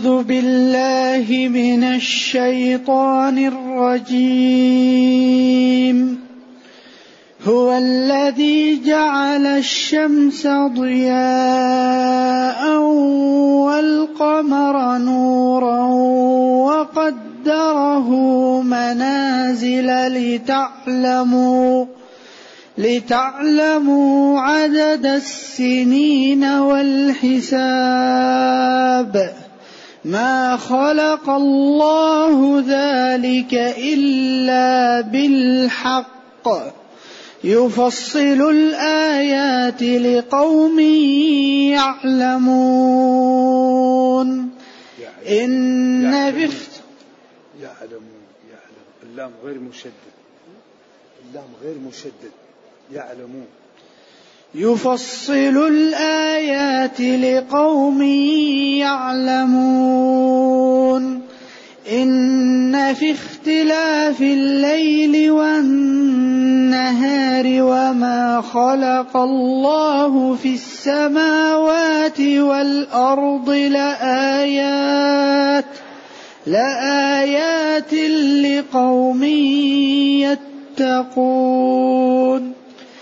أعوذ بالله من الشيطان الرجيم. هو الذي جعل الشمس ضياء والقمر نورا وقدره منازل لتعلموا عدد السنين والحساب. ما خلق الله ذلك إلا بالحق يفصل الآيات لقوم يعلمون. يعلم اللام غير مشدد يعلمون. يفصل الآيات لقوم يعلمون. إن في اختلاف الليل والنهار وما خلق الله في السماوات والأرض لآيات لقوم يتقون.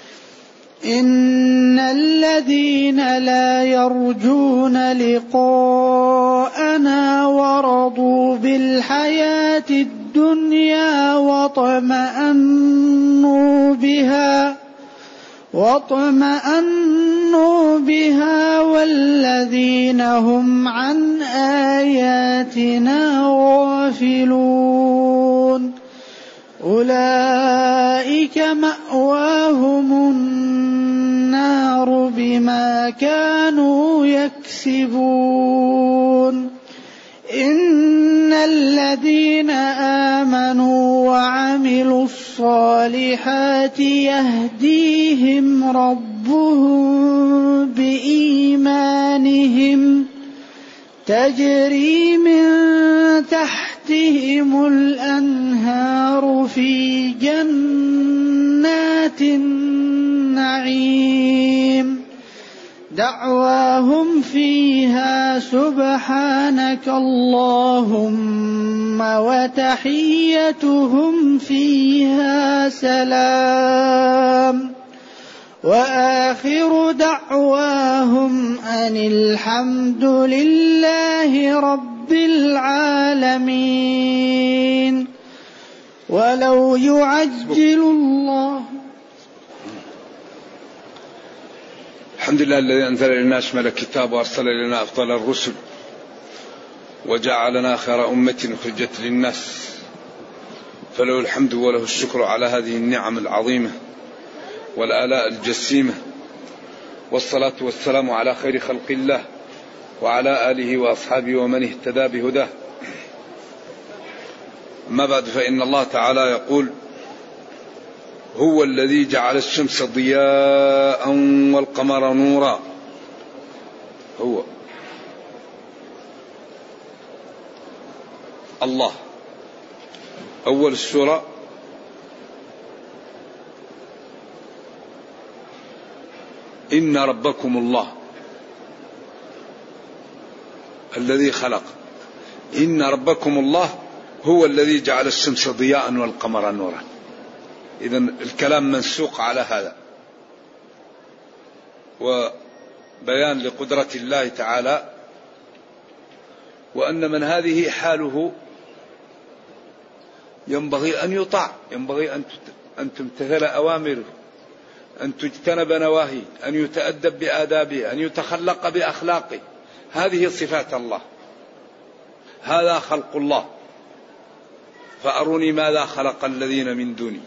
إن الذين لا يرجون لقاءنا ورضوا بالحياة الدنيا واطمأنوا بها والذين هم عن آياتنا غافلون أولئك مأواهم النار بما كانوا يكسبون. إن الذين آمنوا وعملوا الصالحات يهديهم ربهم بإيمانهم تجري من تحتهم الأنهار في جنات النعيم دعواهم فيها سبحانك اللهم وتحيتهم فيها سلام وآخر دعواهم أن الحمد لله رب العالمين. ولو يعجل الله. الحمد لله الذي أنزل إلينا أشمل الكتاب وأرسل إلينا أفضل الرسل وجعلنا خير أمة أخرجت للناس، فله الحمد وله الشكر على هذه النعم العظيمة والآلاء الجسيمة، والصلاة والسلام على خير خلق الله وعلى آله وأصحابه ومن اهتدى بهداه. أما بعد، فإن الله تعالى يقول: هو الذي جعل الشمس ضياء والقمر نورا. هو الله. أول السورة إن ربكم الله الذي خلق. إن ربكم الله هو الذي جعل الشمس ضياء والقمر نورا. إذن الكلام منسوق على هذا، وبيان لقدرة الله تعالى، وأن من هذه حاله ينبغي أن يطاع، ينبغي أن تمتثل أوامره، أن تجتنب نواهيه، أن يتأدب بآدابه، أن يتخلق بأخلاقه. هذه صفات الله، هذا خلق الله. فأروني ماذا خلق الذين من دوني.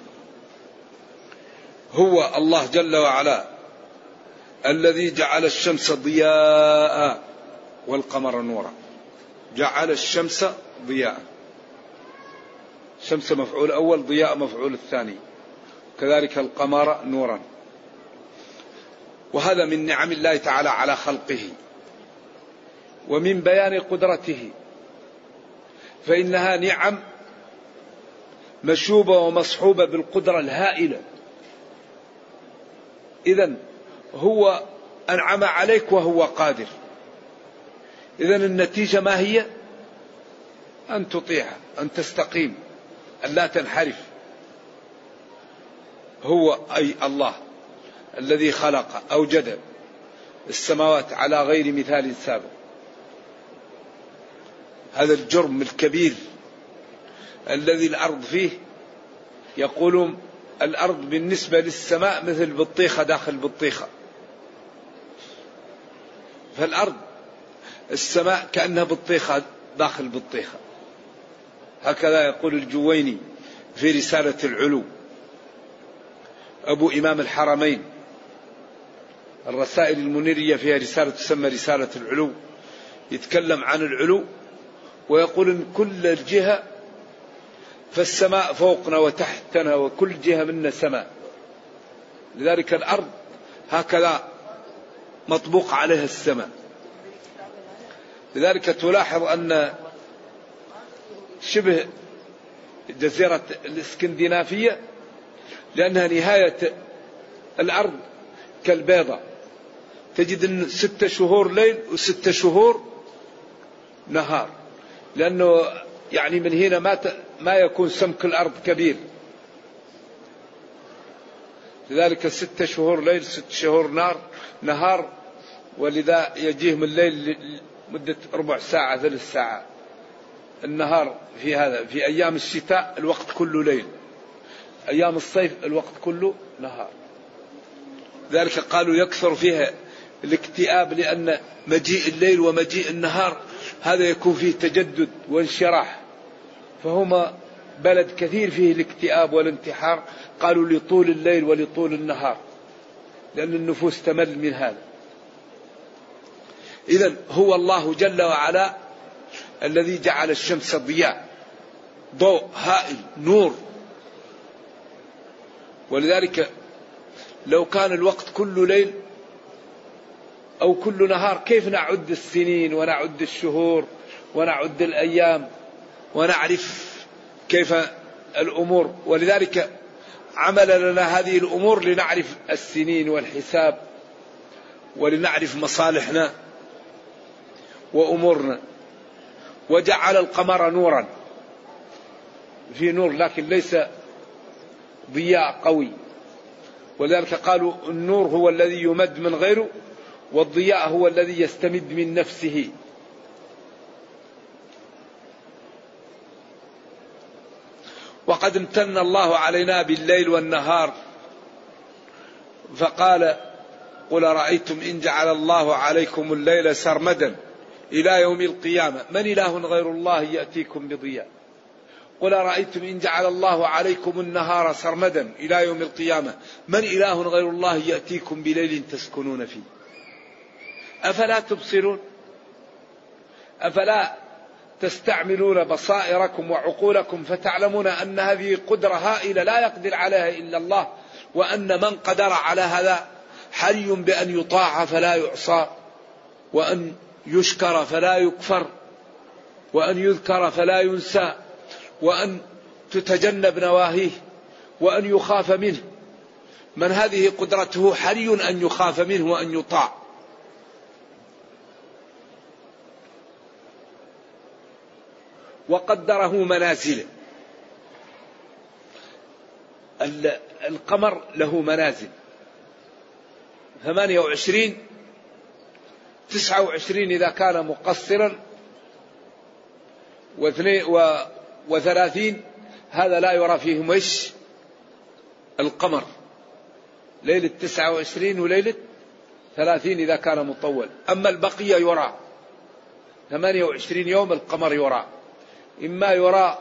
هو الله جل وعلا الذي جعل الشمس ضياء والقمر نورا. جعل الشمس ضياء، شمس مفعول أول، ضياء مفعول الثاني، كذلك القمر نورا. وهذا من نعم الله تعالى على خلقه ومن بيان قدرته، فإنها نعم مشوبة ومصحوبة بالقدرة الهائلة. إذن هو أنعم عليك وهو قادر. إذن النتيجة ما هي؟ أن تطيعه، أن تستقيم، أن لا تنحرف. هو أي الله الذي خلق أوجد السماوات على غير مثال سابق. هذا الجرم الكبير الذي الأرض فيه، يقولون الأرض بالنسبة للسماء مثل بطيخة داخل بطيخة. فالأرض السماء كأنها بطيخة داخل بطيخة، هكذا يقول الجويني في رسالة العلو، أبو إمام الحرمين. الرسائل المنيرية فيها رسالة تسمى رسالة العلو، يتكلم عن العلو ويقول إن كل الجهة فالسماء فوقنا وتحتنا وكل جهة منا سماء. لذلك الأرض هكذا مطبوق عليها السماء. لذلك تلاحظ أن شبه جزيرة الإسكندنافية لأنها نهاية الأرض كالبيضة، تجد أن 6 شهور ليل و6 شهور نهار، لأنه يعني من هنا ما يكون سمك الأرض كبير. لذلك 6 شهور ليل 6 شهور نهار، ولذا يجيهم الليل مدة ربع ساعة 3 ساعات. النهار في هذا في أيام الشتاء الوقت كله ليل، أيام الصيف الوقت كله نهار. ذلك قالوا يكثر فيها الاكتئاب، لأن مجيء الليل ومجيء النهار هذا يكون فيه تجدد وانشراح، فهما بلد كثير فيه الاكتئاب والانتحار. قالوا لطول الليل ولطول النهار، لأن النفوس تمل من هذا. إذن هو الله جل وعلا الذي جعل الشمس ضياء، ضوء هائل، نور. ولذلك لو كان الوقت كله ليل أو كل نهار كيف نعد السنين ونعد الشهور ونعد الأيام ونعرف كيف الأمور؟ ولذلك عمل لنا هذه الأمور لنعرف السنين والحساب ولنعرف مصالحنا وأمورنا. وجعل القمر نورا، في نور لكن ليس ضياء قوي. ولذلك قالوا النور هو الذي يمد من غيره، والضياء هو الذي يستمد من نفسه. وقد امتن الله علينا بالليل والنهار، فقال قل رأيتم إن جعل الله عليكم الليل سرمدا إلى يوم القيامة من إله غير الله يأتيكم بضياء. قل رأيتم إن جعل الله عليكم النهار سرمدا إلى يوم القيامة من إله غير الله يأتيكم بليل تسكنون فيه. أفلا تبصرون؟ أفلا تستعملون بصائركم وعقولكم فتعلمون أن هذه قدرة هائلة لا يقدر عليها إلا الله، وأن من قدر على هذا حري بأن يطاع فلا يعصى، وأن يشكر فلا يكفر، وأن يذكر فلا ينسى، وأن تتجنب نواهيه، وأن يخاف منه. من هذه قدرته حري أن يخاف منه وأن يطاع. وقدره منازل. القمر له منازل 28 29 إذا كان مقصرا، 32 هذا لا يرى فيهم وش القمر، ليلة 29 وليلة 30 إذا كان مطول. أما البقية يرى 28 يوم القمر يرى، إما يرى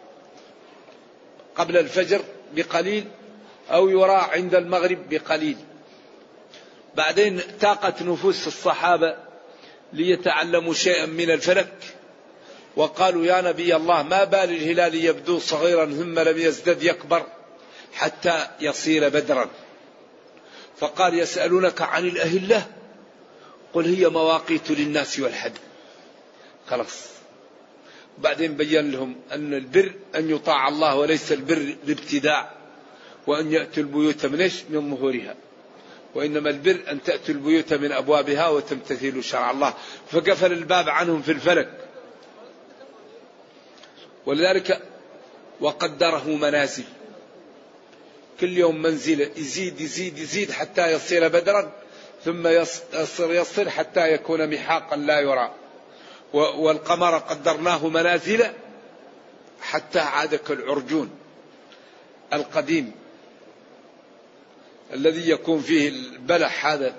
قبل الفجر بقليل أو يرى عند المغرب بقليل. بعدين تاقت نفوس الصحابة ليتعلموا شيئا من الفلك، وقالوا يا نبي الله ما بال الهلال يبدو صغيرا ثم لم يزدد يكبر حتى يصير بدرا؟ فقال يسألونك عن الأهلة قل هي مواقيت للناس والحج. خلاص. بعدين بين لهم أن البر أن يطاع الله وليس البر الابتداع، وأن يأتوا البيوت من ظهورها، وإنما البر أن تأتوا البيوت من أبوابها وتمتثلوا شرع الله. فقفل الباب عنهم في الفلك. ولذلك وقدره منازل، كل يوم منزلة، يزيد يزيد يزيد حتى يصير بدرا، ثم يصل حتى يكون محاقا لا يرى. والقمر قدرناه منازل حتى عاد كالعرجون القديم الذي يكون فيه البلح هذا.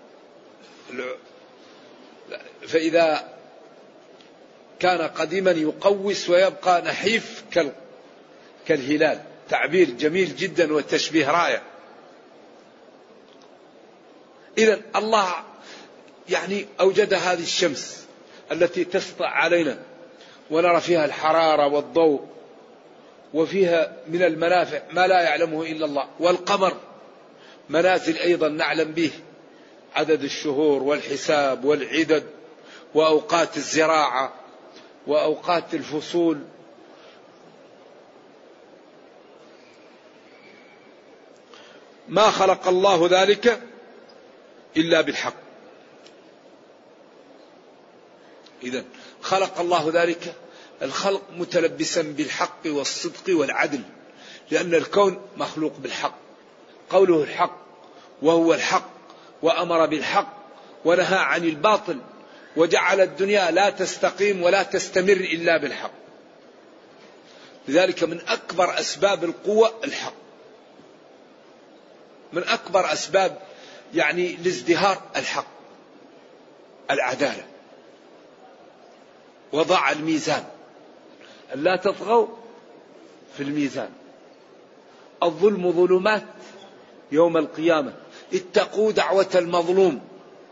فإذا كان قديما يقوس ويبقى نحيف كالهلال. تعبير جميل جدا وتشبيه رائع. إذن الله يعني أوجد هذه الشمس التي تسطع علينا ونرى فيها الحرارة والضوء، وفيها من المنافع ما لا يعلمه إلا الله. والقمر منازل أيضا نعلم به عدد الشهور والحساب والعدد وأوقات الزراعة وأوقات الفصول. ما خلق الله ذلك إلا بالحق. إذن خلق الله ذلك، الخلق متلبسا بالحق والصدق والعدل، لأن الكون مخلوق بالحق، قوله الحق وهو الحق، وأمر بالحق ونهى عن الباطل، وجعل الدنيا لا تستقيم ولا تستمر إلا بالحق. لذلك من أكبر أسباب القوة الحق، من أكبر أسباب يعني الازدهار الحق، العدالة. وضع الميزان لا تطغوا في الميزان، الظلم ظلمات يوم القيامة، اتقوا دعوة المظلوم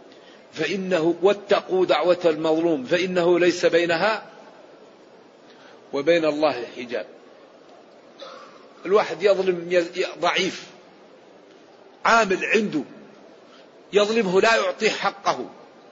واتقوا دعوة المظلوم فإنه ليس بينها وبين الله حجاب. الواحد يظلم ضعيف عامل عنده، يظلمه لا يعطيه حقه،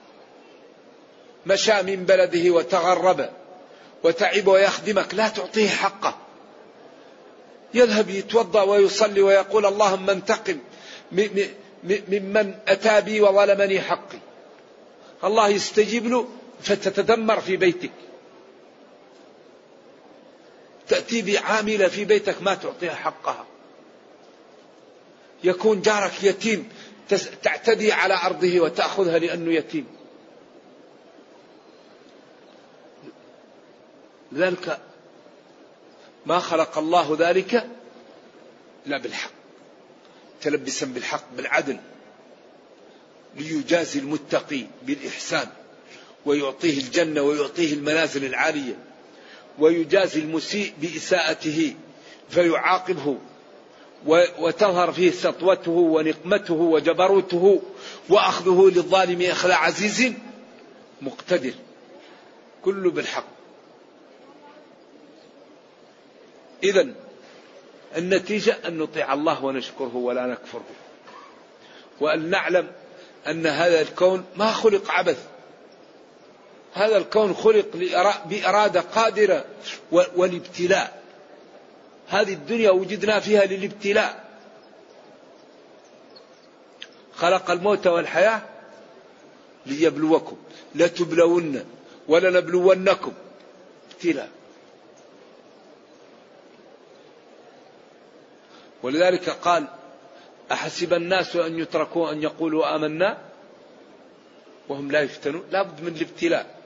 مشى من بلده وتغرب وتعب ويخدمك لا تعطيه حقه، يذهب يتوضأ ويصلي ويقول اللهم انتقم ممن أتى بي وظلمني حقي، الله يستجيب له فتتدمر في بيتك. تأتي بعاملة في بيتك ما تعطيها حقها، يكون جارك يتيم تعتدي على أرضه وتأخذها لأنه يتيم. لذلك ما خلق الله ذلك إلا بالحق، تلبسا بالحق بالعدل، ليجازي المتقي بالإحسان ويعطيه الجنة ويعطيه المنازل العالية، ويجازي المسيء بإساءته فيعاقبه وتظهر فيه سطوته ونقمته وجبروته وأخذه للظالم أخذ عزيز مقتدر، كله بالحق. إذن النتيجة أن نطيع الله ونشكره ولا نكفره، وأن نعلم أن هذا الكون ما خلق عبث، هذا الكون خلق بإرادة قادرة والابتلاء. هذه الدنيا وجدنا فيها للابتلاء، خلق الموت والحياة ليبلوكم، لتبلون ولنبلونكم، ابتلاء. ولذلك قال أحسب الناس أن يتركوا أن يقولوا آمنا وهم لا يفتنون، لا بد من الابتلاء.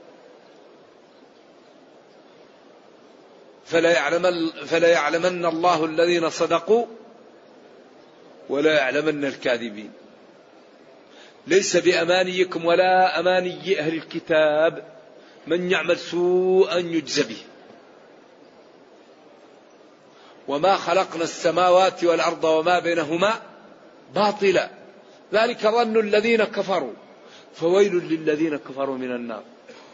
فلا يعلمن الله الذين صدقوا ولا يعلمن الكاذبين. ليس بأمانيكم ولا أماني أهل الكتاب، من يعمل سوءا يجزى به. وما خلقنا السماوات والأرض وما بينهما باطلا، ذلك ظن الذين كفروا فويل للذين كفروا من النار.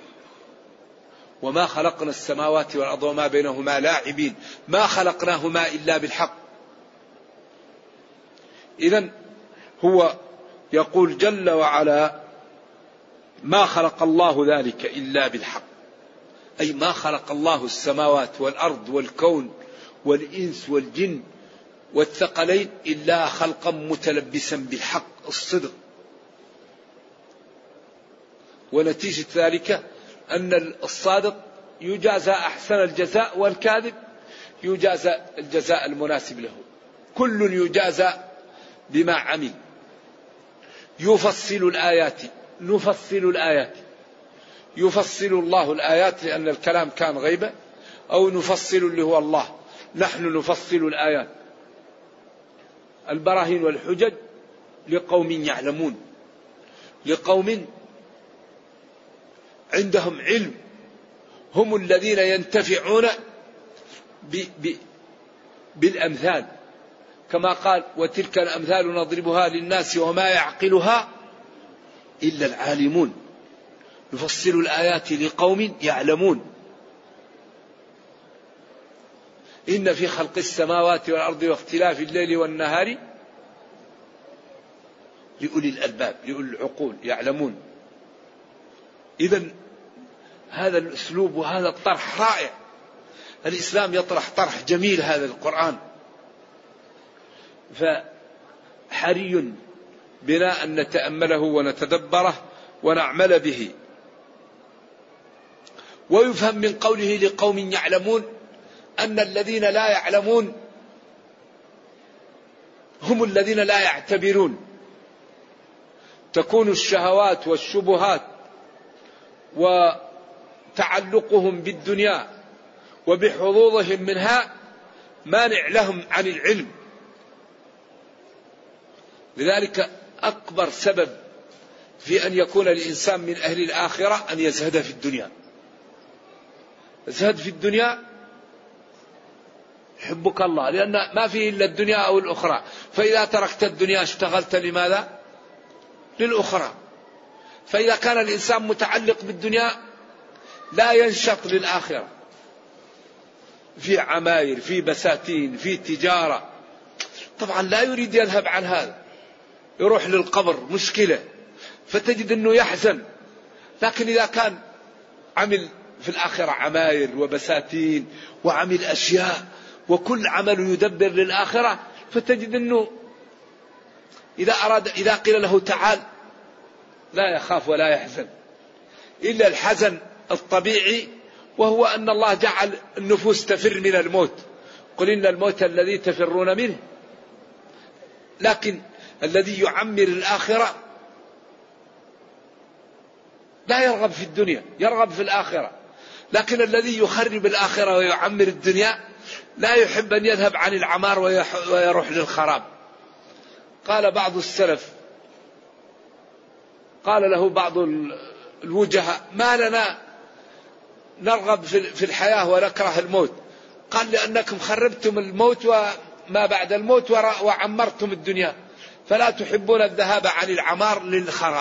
وما خلقنا السماوات والأرض وما بينهما لاعبين، ما خلقناهما إلا بالحق. إذن هو يقول جل وعلا ما خلق الله ذلك إلا بالحق، أي ما خلق الله السماوات والأرض والكون والإنس والجن والثقلين إلا خلقا متلبسا بالحق الصدق. ونتيجة ذلك أن الصادق يجازى أحسن الجزاء، والكاذب يجازى الجزاء المناسب له. كل يجازى بما عمل. يفصل الآيات، نفصل الآيات، يفصل الله الآيات لأن الكلام كان غيبة، أو نفصل اللي هو الله، نحن نفصل الآيات البراهين والحجج لقوم يعلمون، لقوم عندهم علم، هم الذين ينتفعون بالأمثال، كما قال وتلك الأمثال نضربها للناس وما يعقلها إلا العالمون. نفصل الآيات لقوم يعلمون. إن في خلق السماوات والأرض واختلاف الليل والنهار لأولي الألباب، لأولي العقول يعلمون. إذن هذا الأسلوب وهذا الطرح رائع. الإسلام يطرح طرح جميل هذا القرآن، فحري بنا أن نتأمله ونتدبره ونعمل به. ويفهم من قوله لقوم يعلمون أن الذين لا يعلمون هم الذين لا يعتبرون. تكون الشهوات والشبهات وتعلقهم بالدنيا وبحظوظهم منها مانع لهم عن العلم. لذلك أكبر سبب في أن يكون الإنسان من أهل الآخرة أن يزهد في الدنيا. يزهد في الدنيا حبك الله، لأن ما فيه إلا الدنيا أو الأخرى. فإذا تركت الدنيا اشتغلت لماذا؟ للأخرى. فإذا كان الإنسان متعلق بالدنيا لا ينشط للآخرة، في عماير، في بساتين، في تجارة، طبعا لا يريد يذهب عن هذا، يروح للقبر مشكلة، فتجد أنه يحزن. لكن إذا كان عمل في الآخرة عماير وبساتين وعمل أشياء وكل عمل يدبر للآخرة، فتجد أنه إذا قيل له تعال لا يخاف ولا يحزن، إلا الحزن الطبيعي، وهو أن الله جعل النفوس تفر من الموت. قل إن الموت الذي تفرون منه. لكن الذي يعمر الآخرة لا يرغب في الدنيا، يرغب في الآخرة. لكن الذي يخرب الآخرة ويعمر الدنيا لا يحب أن يذهب عن العمار ويروح للخراب. قال بعض السلف، قال له بعض الوجهاء ما لنا نرغب في الحياة ونكره الموت؟ قال لأنكم خربتم الموت وما بعد الموت وعمرتم الدنيا، فلا تحبون الذهاب عن العمار للخراب.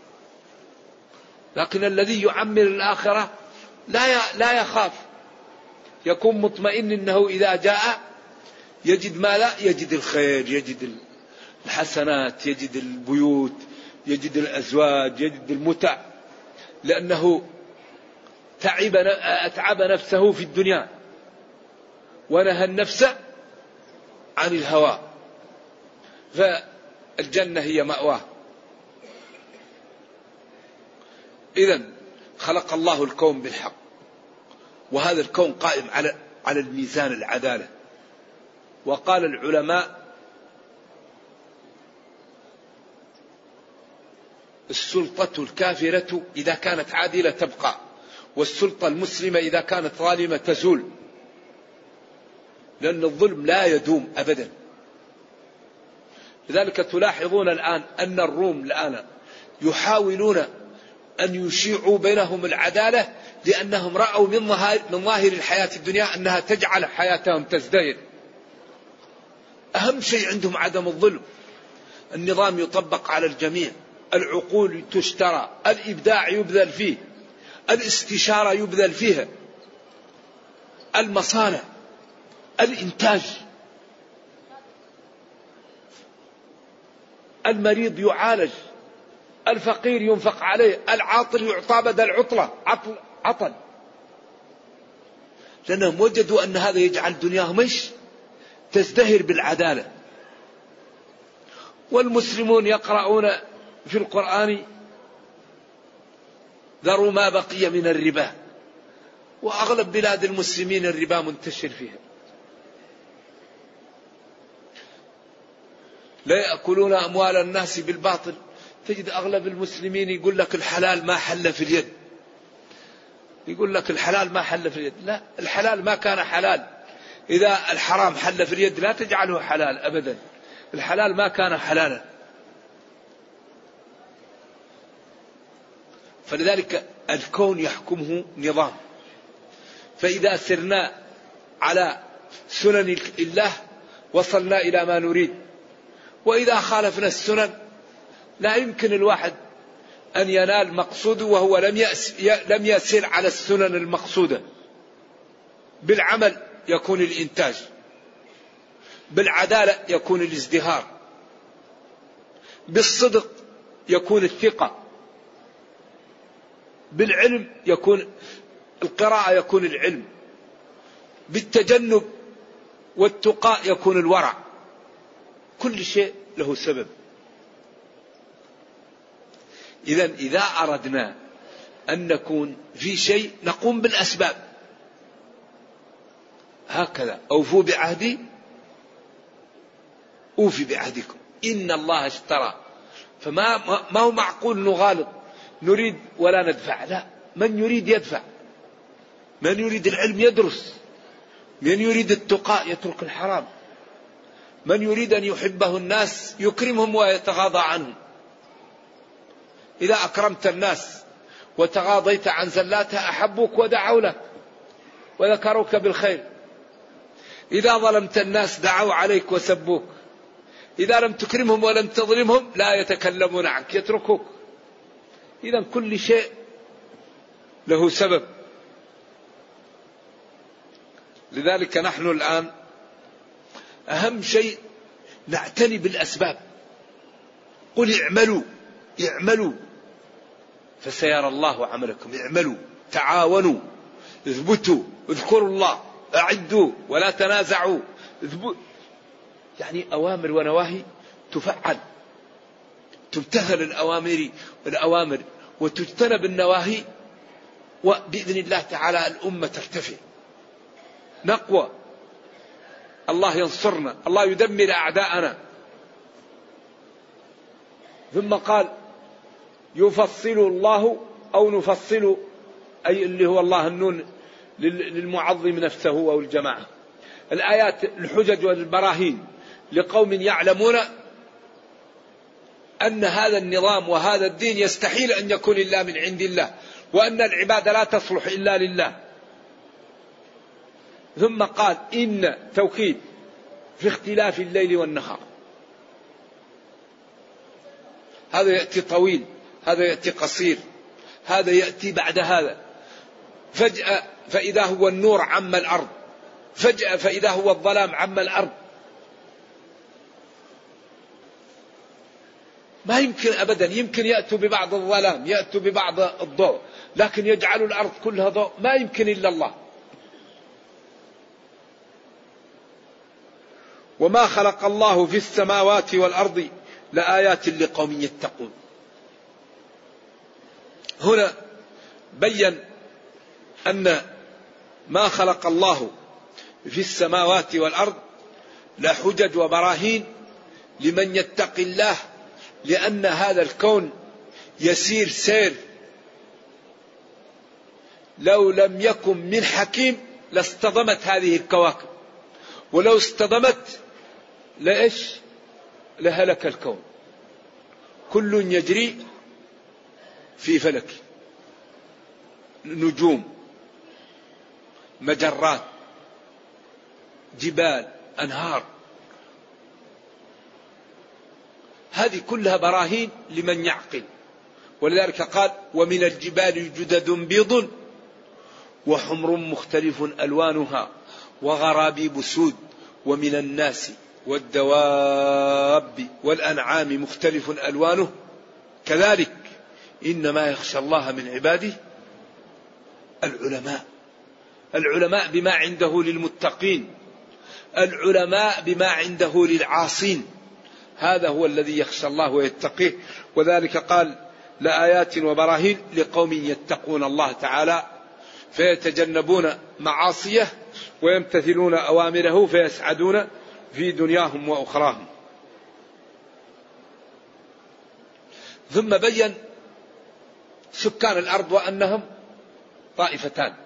لكن الذي يعمر الآخرة لا يخاف، يكون مطمئن أنه إذا جاء يجد ما لا يجد الخير، يجد الحسنات، يجد البيوت، يجد الأزواج، يجد المتع، لأنه أتعب نفسه في الدنيا ونهى النفس عن الهوى، فالجنة هي مأواه. إذن خلق الله الكون بالحق، وهذا الكون قائم على الميزان العدالة. وقال العلماء السلطة الكافرة إذا كانت عادلة تبقى، والسلطة المسلمة إذا كانت ظالمة تزول، لأن الظلم لا يدوم أبدا. لذلك تلاحظون الآن أن الروم الآن يحاولون أن يشيعوا بينهم العدالة، لأنهم رأوا من ظاهر الحياة الدنيا أنها تجعل حياتهم تزدهر. أهم شيء عندهم عدم الظلم، النظام يطبق على الجميع، العقول تشترى، الإبداع يبذل فيه، الاستشارة يبذل فيها، المصانع، الإنتاج، المريض يعالج، الفقير ينفق عليه، العاطل يعطى بدل عطلة عطل، لأنهم وجدوا أن هذا يجعل دنياهم إيش؟ تزدهر بالعدالة. والمسلمون يقرؤون في القرآن ذروا ما بقي من الربا، وأغلب بلاد المسلمين الربا منتشر فيها. لا يأكلون أموال الناس بالباطل. تجد أغلب المسلمين يقول لك الحلال ما حل في اليد، يقول لك الحلال ما حل في اليد. لا، الحلال ما كان حلال. إذا الحرام حل في اليد لا تجعله حلال أبدا. الحلال ما كان حلالا. فلذلك الكون يحكمه نظام، فإذا سرنا على سنن الله وصلنا إلى ما نريد، وإذا خالفنا السنن لا يمكن الواحد أن ينال مقصوده وهو لم يسير على السنن المقصودة. بالعمل يكون الإنتاج، بالعدالة يكون الازدهار، بالصدق يكون الثقة، بالعلم يكون القراءة، يكون العلم، بالتجنب والتقاء يكون الورع. كل شيء له سبب. إذا أردنا أن نكون في شيء نقوم بالأسباب. هكذا أوفوا بعهدي أوفي بعهدكم إن الله اشترى. ما هو معقول نغالط نريد ولا ندفع. لا، من يريد يدفع، من يريد العلم يدرس، من يريد التقاء يترك الحرام، من يريد أن يحبه الناس يكرمهم ويتغاضى عنهم. إذا أكرمت الناس وتغاضيت عن زلاتها أحبوك ودعوا لك وذكروك بالخير. إذا ظلمت الناس دعوا عليك وسبوك. إذا لم تكرمهم ولم تظلمهم لا يتكلمون عنك، يتركوك. إذا كل شيء له سبب. لذلك نحن الآن أهم شيء نعتني بالأسباب. قل اعملوا فسيرى الله عملكم. اعملوا، تعاونوا، اثبتوا، اذكروا الله، أعدوا ولا تنازعوا. يعني أوامر ونواهي تفعل، تمتثل الأوامر وتجتنب النواهي، وبإذن الله تعالى الأمة ترتفع، نقوى، الله ينصرنا، الله يدمر أعداءنا. ثم قال يفصل الله أو نفصل، أي اللي هو الله النون للمعظم نفسه أو الجماعة. الآيات الحجج والبراهين لقوم يعلمون أن هذا النظام وهذا الدين يستحيل أن يكون إلا من عند الله، وأن العبادة لا تصلح إلا لله. ثم قال إن توكيد في اختلاف الليل والنهار. هذا يأتي طويل، هذا يأتي قصير، هذا يأتي بعد هذا. فجأة فإذا هو النور عم الأرض، فجأة فإذا هو الظلام عم الأرض. ما يمكن أبدا. يمكن يأتوا ببعض الظلام، يأتوا ببعض الضوء، لكن يجعلوا الأرض كلها ضوء ما يمكن إلا الله. وما خلق الله في السماوات والأرض لآيات لقوم يتقون. هنا بين أن ما خلق الله في السماوات والأرض لحجج وبراهين لمن يتقي الله، لأن هذا الكون يسير سير لو لم يكن من حكيم لاصطدمت هذه الكواكب، ولو اصطدمت لهلك الكون. كل يجري في فلك، نجوم، مجرات، جبال، أنهار، هذه كلها براهين لمن يعقل. ولذلك قال ومن الجبال جدد بيض وحمر مختلف ألوانها وغرابيب سود ومن الناس والدواب والأنعام مختلف ألوانه كذلك إنما يخشى الله من عباده العلماء. العلماء بما عنده للمتقين، العلماء بما عنده للعاصين. هذا هو الذي يخشى الله ويتقيه. وذلك قال لآيات وبراهين لقوم يتقون الله تعالى فيتجنبون معاصيه ويمتثلون أوامره فيسعدون في دنياهم وأخراهم. ثم بين سكان الأرض وأنهم طائفتان،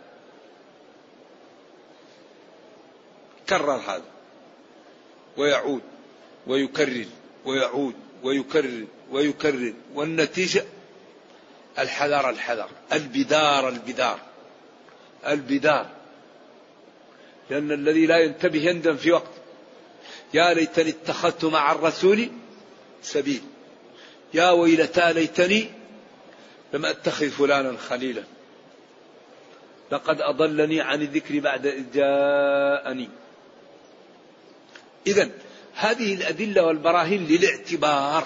كرر هذا ويعود ويكرر ويعود ويكرر ويكرر، والنتيجة الحذر الحذر، البدار البدار البدار، لأن الذي لا ينتبه يندم في وقت. يا ليتني اتخذت مع الرسول سبيل، يا ويلتى ليتني لم أتخذ فلانا خليلا، لقد أضلني عن الذكر بعد إذ جاءني. إذن هذه الأدلة والبراهين للاعتبار،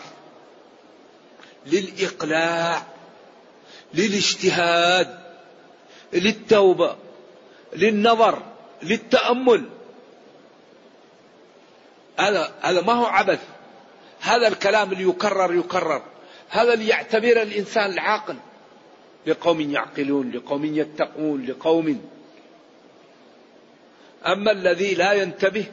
للإقلاع، للاجتهاد، للتوبة، للنظر، للتأمل. هذا ما هو عبث، هذا الكلام اللي يكرر هذا اللي يعتبر الإنسان العاقل، لقوم يعقلون، لقوم يتقون، لقوم. أما الذي لا ينتبه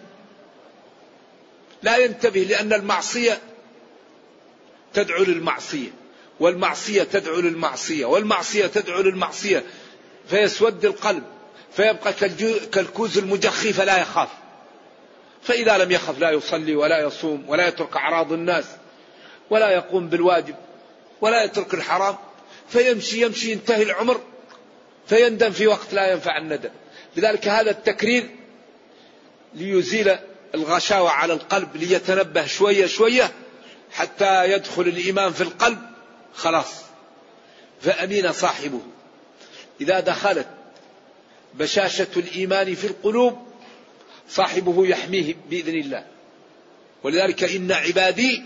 لأن المعصية تدعو للمعصية، والمعصية تدعو للمعصية، والمعصية تدعو للمعصية، فيسود القلب فيبقى كالكوز المجخي فلا يخاف. فإذا لم يخف لا يصلي ولا يصوم ولا يترك أعراض الناس ولا يقوم بالواجب ولا يترك الحرام، فيمشي ينتهي العمر فيندم في وقت لا ينفع الندم. لذلك هذا التكرير ليزيل الغشاوة على القلب، ليتنبه شوية حتى يدخل الإيمان في القلب خلاص، فأمين صاحبه. إذا دخلت بشاشة الإيمان في القلوب صاحبه يحميه بإذن الله. ولذلك إن عبادي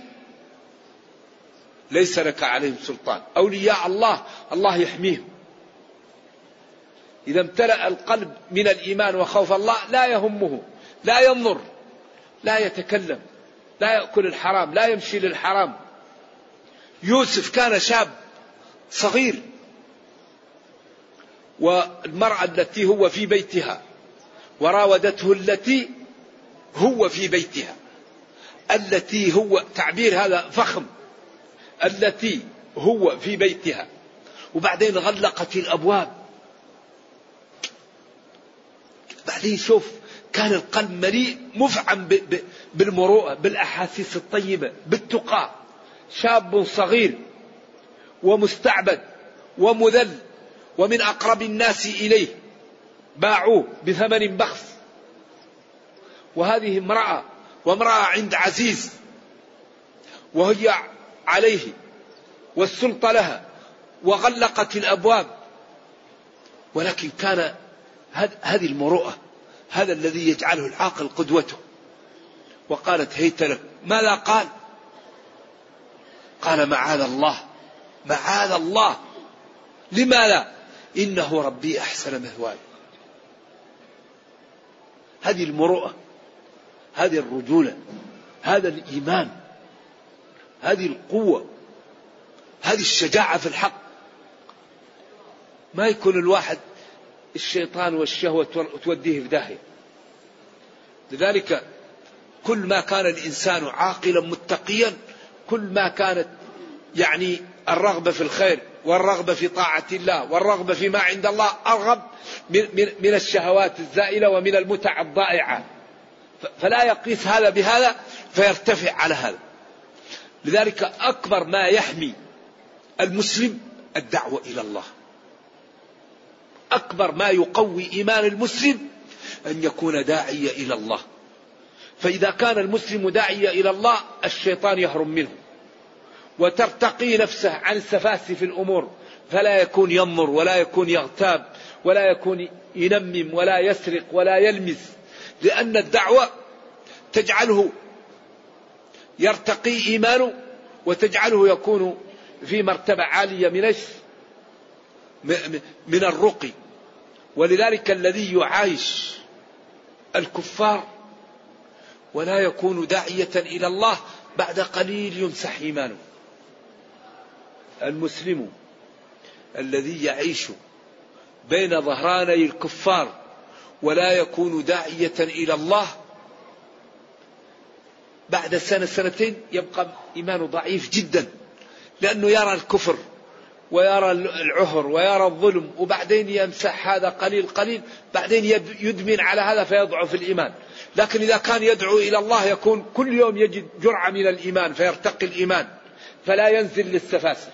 ليس لك عليهم سلطان، أولياء الله يحميهم. إذا امتلأ القلب من الإيمان وخوف الله لا يهمه، لا ينظر، لا يتكلم، لا يأكل الحرام، لا يمشي للحرام. يوسف كان شاب صغير، والمرأة التي هو في بيتها وراودته التي هو في بيتها، التي هو تعبير هذا فخم، التي هو في بيتها، وبعدين غلقت الأبواب. بعدين شوف كان القلب مليء مفعم بالمروءة، بالأحاسيس الطيبة، بالتقى. شاب صغير ومستعبد ومذل، ومن أقرب الناس إليه باعوه بثمن بخس. وهذه امرأة، وامرأة عند عزيز، وهي عليه والسلطة لها، وغلقت الأبواب. ولكن كان هذه المروءة، هذا الذي يجعله العاقل قدوته. وقالت هيت لك. ماذا قال؟ قال معاذ الله، معاذ الله. لماذا؟ إنه ربي أحسن مثواي. هذه المروءة، هذه الرجولة، هذا الإيمان، هذه القوة، هذه الشجاعة في الحق. ما يكون الواحد الشيطان والشهوة توديه في داهية. لذلك كل ما كان الإنسان عاقلا متقيا، كل ما كانت يعني الرغبة في الخير والرغبة في طاعة الله والرغبة فيما عند الله أرغب من الشهوات الزائلة ومن المتع الضائعة. فلا يقيس هذا بهذا فيرتفع على هذا. لذلك أكبر ما يحمي المسلم الدعوة إلى الله. أكبر ما يقوي إيمان المسلم أن يكون داعية إلى الله. فإذا كان المسلم داعية إلى الله الشيطان يهرم منه، وترتقي نفسه عن سفاسف الأمور، فلا يكون ينظر ولا يكون يغتاب ولا يكون ينمم ولا يسرق ولا يلمس، لأن الدعوة تجعله يرتقي إيمانه وتجعله يكون في مرتبة عالية من الرقي. ولذلك الذي يعايش الكفار ولا يكون داعية إلى الله بعد قليل يمسح إيمانه. المسلم الذي يعيش بين ظهراني الكفار ولا يكون داعية إلى الله، بعد سنة سنتين يبقى إيمانه ضعيف جدا، لأنه يرى الكفر ويرى العهر ويرى الظلم، وبعدين يمسح هذا قليل قليل، بعدين يدمن على هذا فيضعف الإيمان. لكن إذا كان يدعو إلى الله يكون كل يوم يجد جرعة من الإيمان فيرتقي الإيمان فلا ينزل للسفاسف.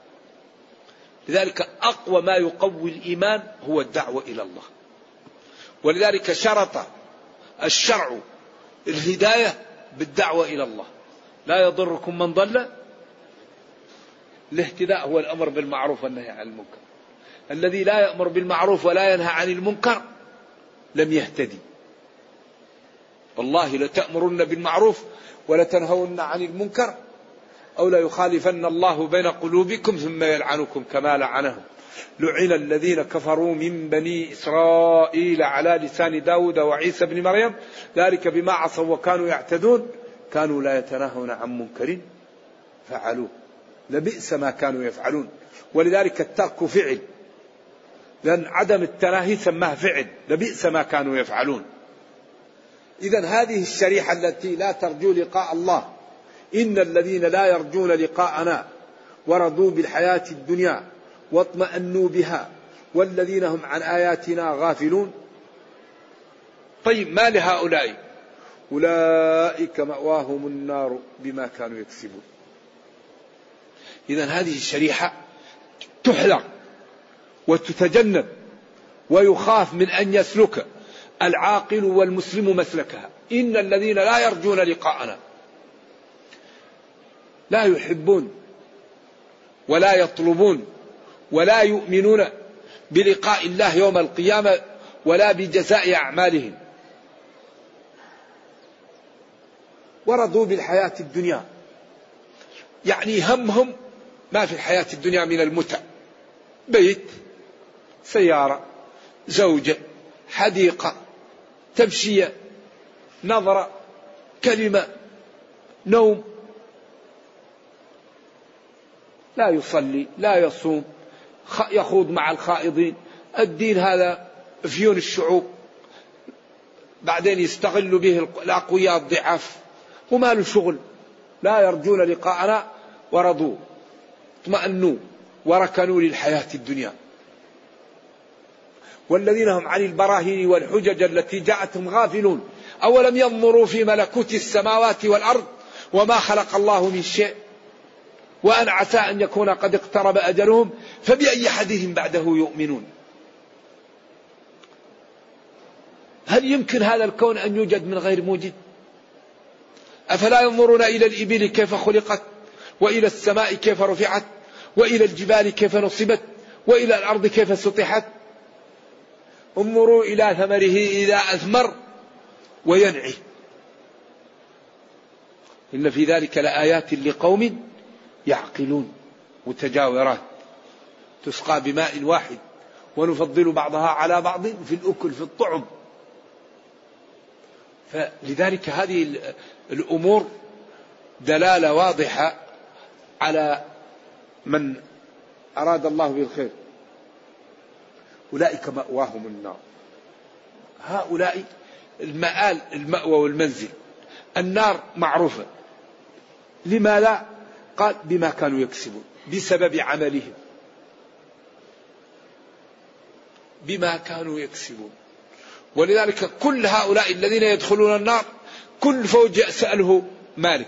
لذلك أقوى ما يقوي الإيمان هو الدعوة إلى الله. ولذلك شرط الشرع الهداية بالدعوة إلى الله. لا يضركم من ضل. الاهتداء هو الأمر بالمعروف والنهي عن المنكر. الذي لا يأمر بالمعروف ولا ينهى عن المنكر لم يهتدي. والله لتأمرن بالمعروف ولتنهون عن المنكر أو لا يخالفن الله بين قلوبكم ثم يلعنكم كما لعنهم. لعن الذين كفروا من بني إسرائيل على لسان داود وعيسى بن مريم ذلك بما عصوا وكانوا يعتدون كانوا لا يتناهون عن منكر فعلوه لبئس ما كانوا يفعلون. ولذلك الترك فعل، لأن عدم التناهي سماه فعل، لبئس ما كانوا يفعلون. إذن هذه الشريحة التي لا ترجو لقاء الله، إن الذين لا يرجون لقاءنا ورضوا بالحياة الدنيا واطمأنوا بها والذين هم عن آياتنا غافلون. طيب ما لهؤلاء؟ أولئك مأواهم النار بما كانوا يكسبون. إذن هذه الشريحة تحذر وتتجنب ويخاف من أن يسلك العاقل والمسلم مسلكها. إن الذين لا يرجون لقاءنا لا يحبون ولا يطلبون ولا يؤمنون بلقاء الله يوم القيامة ولا بجزاء أعمالهم، ورضوا بالحياة الدنيا، يعني همهم ما في الحياة الدنيا من المتع، بيت، سيارة، زوجة، حديقة، تمشية، نظرة، كلمة، نوم. لا يصلي، لا يصوم، يخوض مع الخائضين. الدين هذا فيون الشعوب، بعدين يستغل به الأقوياء الضعاف، وما له شغل. لا يرجون لقاءنا ورضوا اطمأنوا وركنوا للحياة الدنيا. والذين هم عن البراهين والحجج التي جاءتهم غافلون. أولم ينظروا في ملكوت السماوات والأرض وما خلق الله من شيء وأن عسى أن يكون قد اقترب أجلهم فبأي حديث بعده يؤمنون. هل يمكن هذا الكون أن يوجد من غير موجد؟ أفلا ينظرون إلى الإبل كيف خلقت وإلى السماء كيف رفعت وإلى الجبال كيف نصبت وإلى الأرض كيف سطحت. انظروا إلى ثمره إذا أثمر وينعي إن في ذلك لآيات لقوم يعقلون. متجاورات تسقى بماء واحد ونفضل بعضها على بعض في الأكل في الطعم. فلذلك هذه الأمور دلالة واضحة على من أراد الله بالخير. أولئك مأواهم النار. هؤلاء المآل المأوى والمنزل. النار معروفة. لماذا؟ قال بما كانوا يكسبون، بسبب عملهم، بما كانوا يكسبون. ولذلك كل هؤلاء الذين يدخلون النار كل فوج سأله مالك،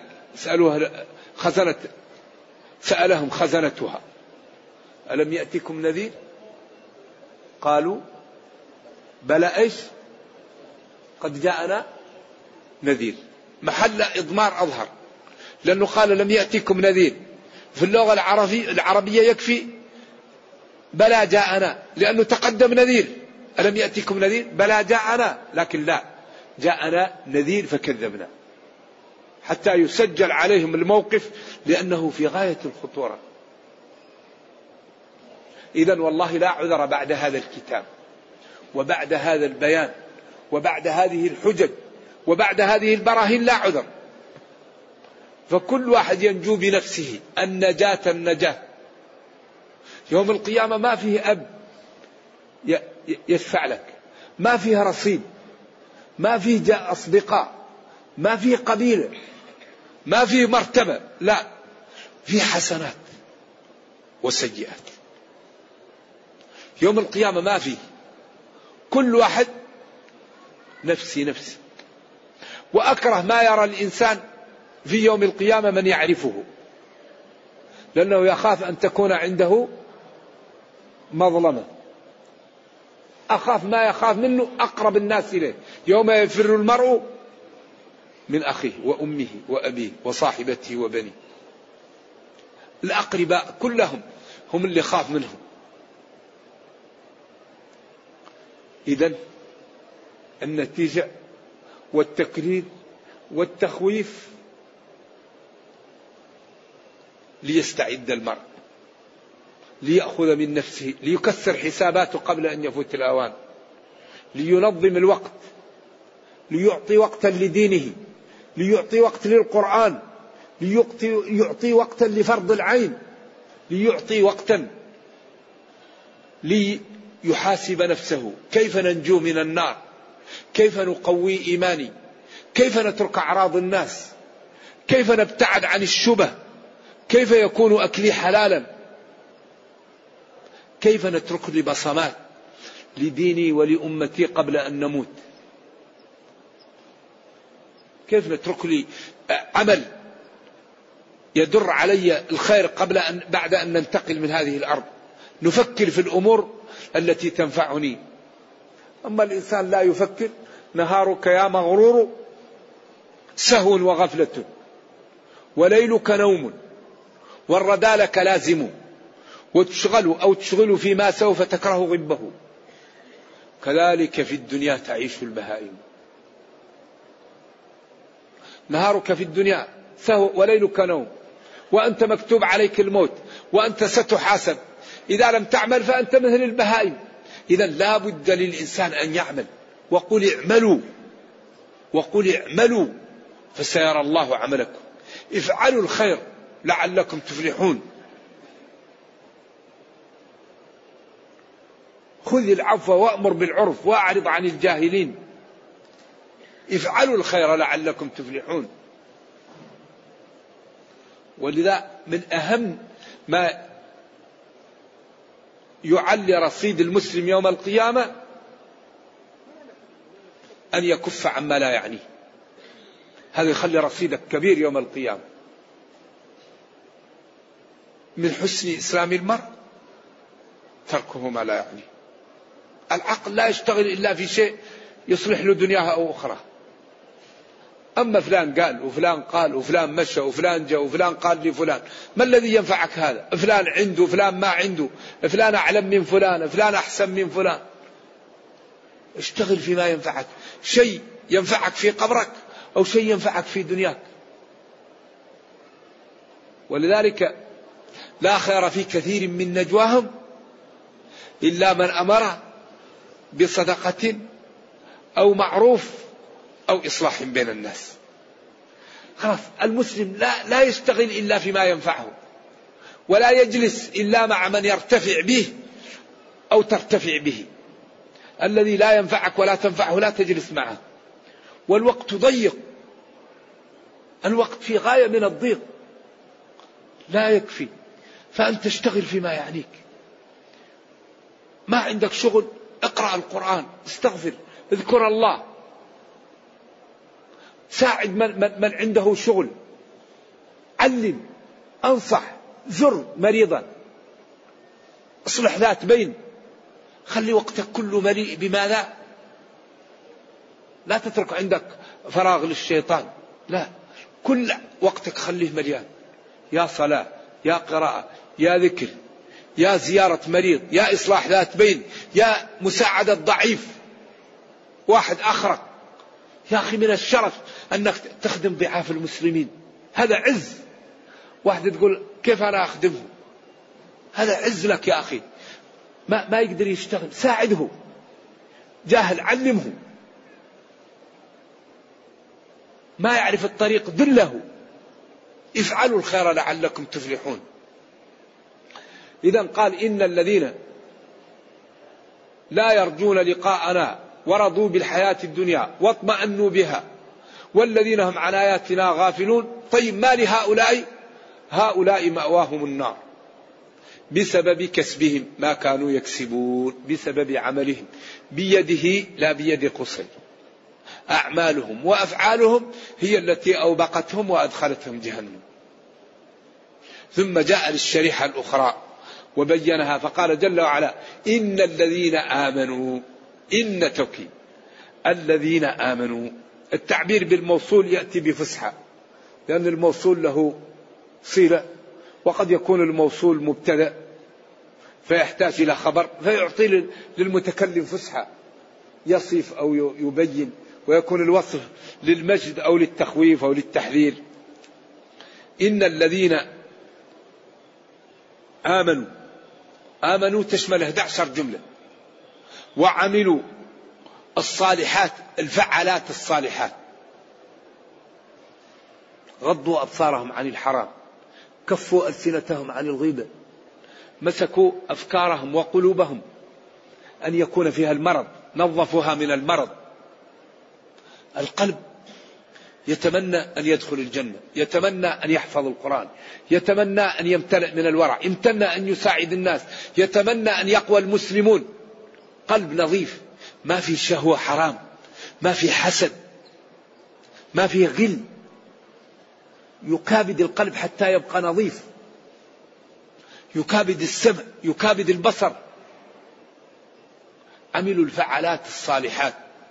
سألهم خزنتها ألم يأتكم نذير؟ قالوا بلى. إيش؟ قد جاءنا نذير. محل إضمار أظهر، لأنه قال لم يأتكم نذير. في اللغة العربية يكفي بلى جاءنا، لأنه تقدم نذير. ألم يأتكم نذير؟ بلى جاءنا، لكن لا، جاءنا نذير فكذبنا، حتى يسجل عليهم الموقف لأنه في غاية الخطورة. إذن والله لا عذر بعد هذا الكتاب وبعد هذا البيان وبعد هذه الحجج وبعد هذه البراهين، لا عذر. فكل واحد ينجو بنفسه. النجاة يوم القيامة ما فيه أب يشفع لك، ما فيها رصيد، ما فيه جاء أصدقاء، ما فيه قبيلة، ما فيه مرتبة، لا، فيه حسنات وسيئات. يوم القيامة ما فيه، كل واحد نفسي نفسي. وأكره ما يرى الإنسان في يوم القيامة من يعرفه، لأنه يخاف أن تكون عنده مظلمة. أخاف ما يخاف منه أقرب الناس إليه. يوم يفر المرء من أخيه وأمه وأبيه وصاحبته وبنيه. الأقرباء كلهم هم اللي خاف منهم. إذن النتيجة والتكرير والتخويف ليستعد المرء، ليأخذ من نفسه، ليكسر حساباته قبل أن يفوت الأوان، لينظم الوقت، ليعطي وقتا لدينه، ليعطي وقت للقرآن، ليعطي وقتا لفرض العين، ليعطي وقتا ليحاسب نفسه. كيف ننجو من النار؟ كيف نقوي إيماني؟ كيف نترك أعراض الناس؟ كيف نبتعد عن الشبه؟ كيف يكون أكلي حلالا؟ كيف نترك لي بصمات لديني ولأمتي قبل أن نموت؟ كيف نترك لي عمل يدر علي الخير بعد أن ننتقل من هذه الأرض؟ نفكر في الأمور التي تنفعني. أما الإنسان لا يفكر، نهارك يا مغرور سهو وغفلة، وليلك نوم، والردى لك لازم، وتشغل فيما سوف تكره غبه، كذلك في الدنيا تعيش البهائم. نهارك في الدنيا سهو وليلك نوم، وأنت مكتوب عليك الموت، وأنت ستحاسب. إذا لم تعمل فأنت مثل البهائم. إذا لا بد للإنسان أن يعمل. وقل اعملوا فسيرى الله عملكم. افعلوا الخير لعلكم تفلحون. خذ العفو وأمر بالعرف وأعرض عن الجاهلين. افعلوا الخير لعلكم تفلحون. ولذا من أهم ما يعلي رصيد المسلم يوم القيامة أن يكف عما لا يعنيه. هذا يخلي رصيدك كبير يوم القيامة. من حسن إسلام المرء تركه ما لا يعنيه. العقل لا يشتغل إلا في شيء يصلح له دنياها أو أخرى. أما فلان قال وفلان قال وفلان مشى وفلان جاء وفلان قال لفلان، ما الذي ينفعك هذا؟ فلان عنده فلان ما عنده، فلان أعلم من فلان، فلان أحسن من فلان. اشتغل فيما ينفعك، شيء ينفعك في قبرك أو شيء ينفعك في دنياك. ولذلك لا خير في كثير من نجواهم إلا من أمر بصدقة أو معروف أو إصلاح بين الناس. خلاص المسلم لا يشتغل إلا فيما ينفعه، ولا يجلس إلا مع من يرتفع به أو ترتفع به. الذي لا ينفعك ولا تنفعه لا تجلس معه. والوقت ضيق، الوقت في غاية من الضيق، لا يكفي. فأنت تشتغل فيما يعنيك. ما عندك شغل، اقرأ القرآن، استغفر، اذكر الله، ساعد من عنده شغل، علم، انصح، زر مريضا، اصلح ذات بين. خلي وقتك كله مليء بماذا؟ لا تترك عندك فراغ للشيطان، لا، كل وقتك خليه مليان. يا صلاة، يا قراءة، يا ذكر، يا زيارة مريض، يا إصلاح ذات بين، يا مساعدة ضعيف، واحد أخرق. يا أخي من الشرف أنك تخدم ضعاف المسلمين، هذا عز. واحد تقول كيف أنا أخدمه؟ هذا عز لك يا أخي. ما يقدر يشتغل، ساعده. جاهل علمه، ما يعرف الطريق دله. افعلوا الخير لعلكم تفلحون. إذن قال إن الذين لا يرجون لقاءنا ورضوا بالحياة الدنيا واطمأنوا بها والذين هم عن آياتنا غافلون. طيب ما لهؤلاء؟ هؤلاء مأواهم النار بسبب كسبهم ما كانوا يكسبون، بسبب عملهم بيده لا بيد قصي. أعمالهم وأفعالهم هي التي أوبقتهم وأدخلتهم جهنم. ثم جاء للشريحة الأخرى وبينها فقال جل وعلا إن الذين آمنوا، إن توكيد الذين آمنوا. التعبير بالموصول يأتي بفسحة لأن الموصول له صلة، وقد يكون الموصول مبتدأ فيحتاج إلى خبر فيعطي للمتكلم فسحة يصف أو يبين، ويكون الوصف للمجد أو للتخويف أو للتحذير. إن الذين آمنوا تشمل 11 جملة. وعملوا الصالحات، الفعالات الصالحات، غضوا أبصارهم عن الحرام، كفوا ألسنتهم عن الغيبة، مسكوا أفكارهم وقلوبهم أن يكون فيها المرض، نظفوها من المرض. القلب يتمنى أن يدخل الجنة، يتمنى أن يحفظ القرآن، يتمنى أن يمتلئ من الورع، يتمنى أن يساعد الناس، يتمنى أن يقوى المسلمون. قلب نظيف ما في شهوة حرام، ما في حسد، ما في غل، يكابد القلب حتى يبقى نظيف، يكابد السمع، يكابد البصر. عملوا الفعالات الصالحات.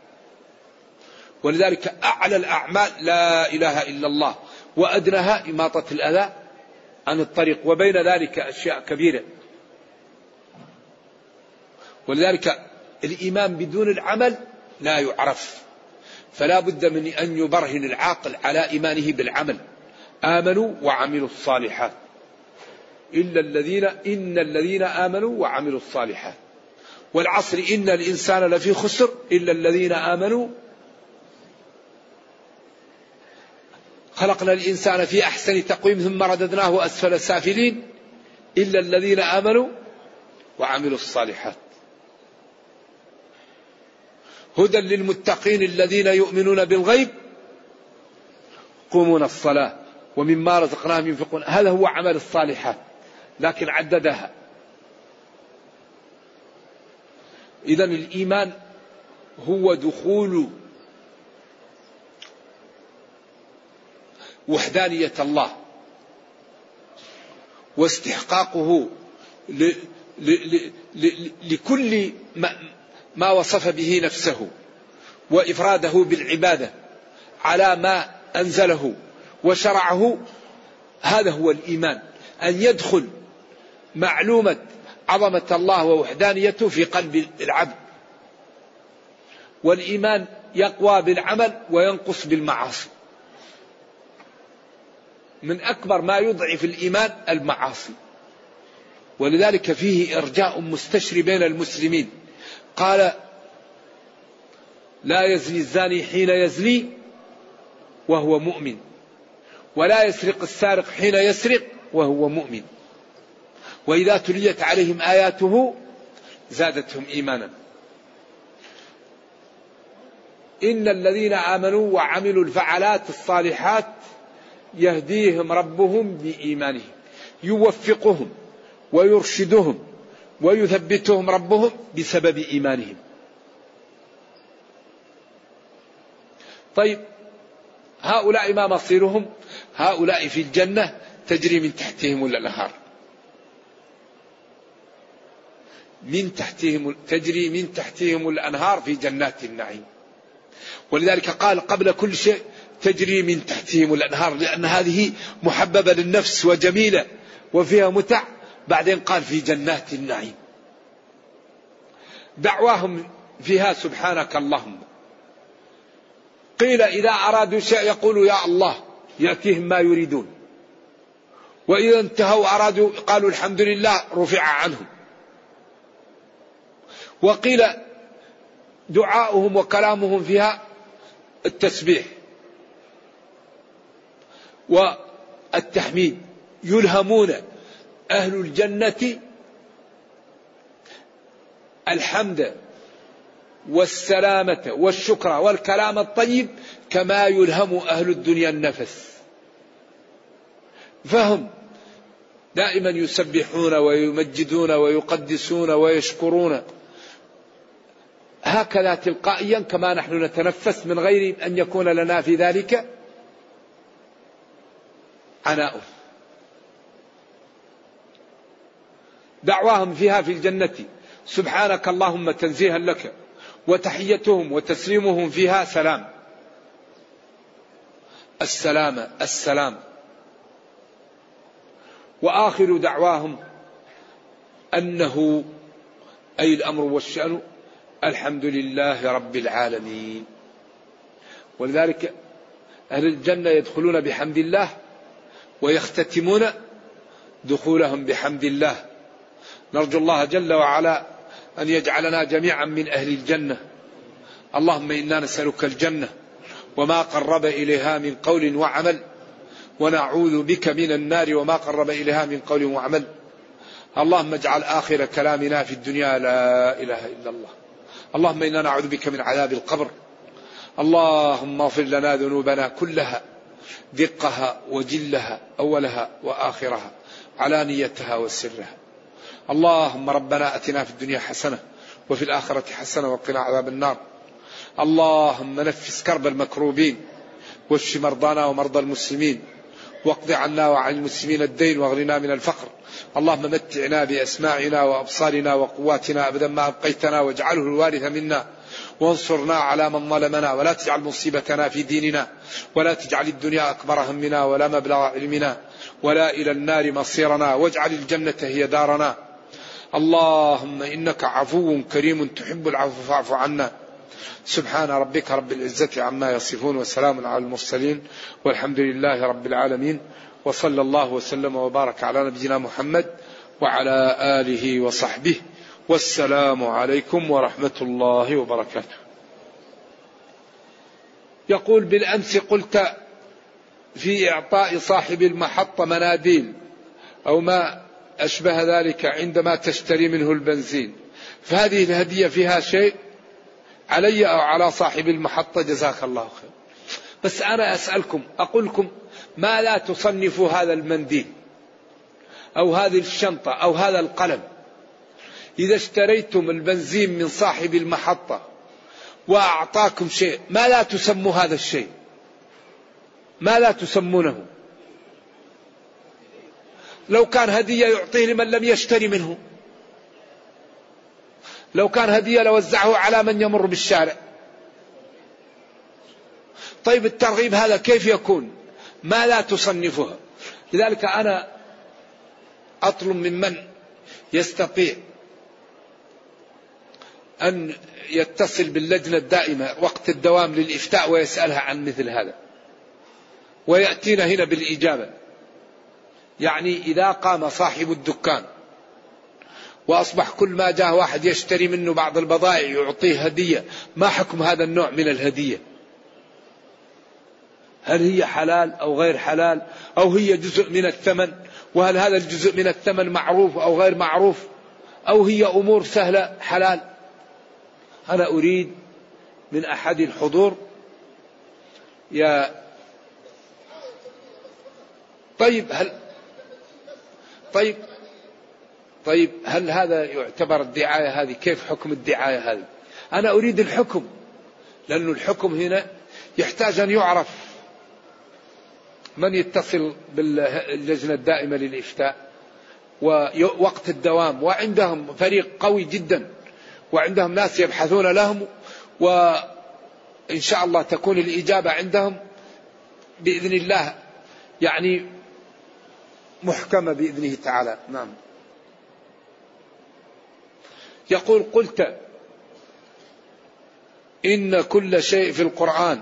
ولذلك أعلى الأعمال لا إله إلا الله، وأدناها إماطة الأذى عن الطريق، وبين ذلك أشياء كبيرة. ولذلك الإيمان بدون العمل لا يعرف، فلا بد من أن يبرهن العاقل على إيمانه بالعمل. آمنوا وعملوا الصالحات إن الذين آمنوا وعملوا الصالحات. والعصر إن الإنسان لفي خسر إلا الذين آمنوا. خلقنا الإنسان في أحسن تقويم ثم رددناه أسفل سافلين إلا الذين آمنوا وعملوا الصالحات. هدى للمتقين الذين يؤمنون بالغيب يقومون الصلاة ومما رزقناهم ينفقون. هذا هو عمل الصالحات، لكن عددها. إذن الإيمان هو دخول وحدانية الله واستحقاقه لكل ما وصف به نفسه، وإفراده بالعبادة على ما أنزله وشرعه. هذا هو الإيمان، أن يدخل معلومة عظمة الله ووحدانيته في قلب العبد. والإيمان يقوى بالعمل وينقص بالمعاصي. من أكبر ما يضعف الإيمان المعاصي. ولذلك فيه إرجاء مستشري بين المسلمين. قال لا يزني الزاني حين يزني وهو مؤمن، ولا يسرق السارق حين يسرق وهو مؤمن، وإذا تليت عليهم آياته زادتهم إيمانا. إن الذين آمنوا وعملوا الفعالات الصالحات يهديهم ربهم بإيمانهم، يوفقهم ويرشدهم ويثبتهم ربهم بسبب إيمانهم. طيب هؤلاء ما مصيرهم؟ هؤلاء في الجنة تجري من تحتهم الأنهار، تجري من تحتهم الأنهار في جنات النعيم. ولذلك قال قبل كل شيء تجري من تحتهم الأنهار، لأن هذه محببة للنفس وجميلة وفيها متع. بعدين قال في جنات النعيم. دعواهم فيها سبحانك اللهم. قيل إذا أرادوا شيء يقولوا يا الله، يأتيهم ما يريدون. وإذا انتهوا أرادوا قالوا الحمد لله، رفع عنهم. وقيل دعاؤهم وكلامهم فيها التسبيح والتحميد. يلهمون أهل الجنة الحمد والسلامة والشكر والكلام الطيب كما يلهم أهل الدنيا النفس. فهم دائما يسبحون ويمجدون ويقدسون ويشكرون هكذا تلقائيا كما نحن نتنفس من غير أن يكون لنا في ذلك عناء. دعواهم فيها في الجنة سبحانك اللهم تنزيها لك، وتحيتهم وتسليمهم فيها سلام. السلام السلام. وآخر دعواهم أنه أي الأمر والشأن الحمد لله رب العالمين. ولذلك أهل الجنة يدخلون بحمد الله ويختتمون دخولهم بحمد الله. نرجو الله جل وعلا أن يجعلنا جميعا من أهل الجنة. اللهم إنا نسألك الجنة وما قرب إليها من قول وعمل، ونعوذ بك من النار وما قرب إليها من قول وعمل. اللهم اجعل آخر كلامنا في الدنيا لا إله إلا الله. اللهم إنا نعوذ بك من عذاب القبر. اللهم اغفر لنا ذنوبنا كلها دقها وجلها أولها وآخرها علانيتها وسرها. اللهم ربنا أتنا في الدنيا حسنة وفي الآخرة حسنة وقنا عذاب النار. اللهم نفس كرب المكروبين واشف مرضانا ومرضى المسلمين، واقض عنا وعن المسلمين الدين واغننا من الفقر. اللهم متعنا بأسماعنا وأبصارنا وقواتنا أبدا ما أبقيتنا، واجعله الوارث منا، وانصرنا على من ظلمنا، ولا تجعل مصيبتنا في ديننا، ولا تجعل الدنيا أكبر همنا ولا مبلغ علمنا ولا إلى النار مصيرنا، واجعل الجنة هي دارنا. اللهم إنك عفو كريم تحب العفو فاعف عنا. سبحان ربك رب العزة عما يصفون وسلام على المرسلين والحمد لله رب العالمين، وصلى الله وسلم وبارك على نبينا محمد وعلى آله وصحبه، والسلام عليكم ورحمة الله وبركاته. يقول بالأمس قلت في إعطاء صاحب المحطة مناديل أو ما أشبه ذلك عندما تشتري منه البنزين، فهذه الهدية فيها شيء علي أو على صاحب المحطة؟ جزاك الله خير. بس أنا أسألكم أقول لكم ما لا تصنفوا هذا المنديل أو هذه الشنطة أو هذا القلم. إذا اشتريتم البنزين من صاحب المحطة وأعطاكم شيء ما لا تسموا هذا الشيء؟ ما لا تسمونه؟ لو كان هدية يعطيه لمن لم يشتري منه، لو كان هدية لوزعه على من يمر بالشارع. طيب الترغيب هذا كيف يكون؟ ما لا تصنفها. لذلك أنا أطلب ممن يستطيع أن يتصل باللجنة الدائمة وقت الدوام للإفتاء ويسألها عن مثل هذا ويأتينا هنا بالإجابة. يعني إذا قام صاحب الدكان وأصبح كل ما جاء واحد يشتري منه بعض البضائع يعطيه هدية، ما حكم هذا النوع من الهدية؟ هل هي حلال أو غير حلال، أو هي جزء من الثمن، وهل هذا الجزء من الثمن معروف أو غير معروف، أو هي أمور سهلة حلال؟ أنا أريد من أحد الحضور طيب هل هذا يعتبر الدعاية هذه؟ كيف حكم الدعاية هذه؟ أنا أريد الحكم، لأن الحكم هنا يحتاج أن يعرف. من يتصل باللجنة الدائمة للإفتاء ووقت الدوام، وعندهم فريق قوي جدا وعندهم ناس يبحثون لهم، وإن شاء الله تكون الإجابة عندهم بإذن الله يعني محكمة بإذنه تعالى. نعم. يقول قلت إن كل شيء في القرآن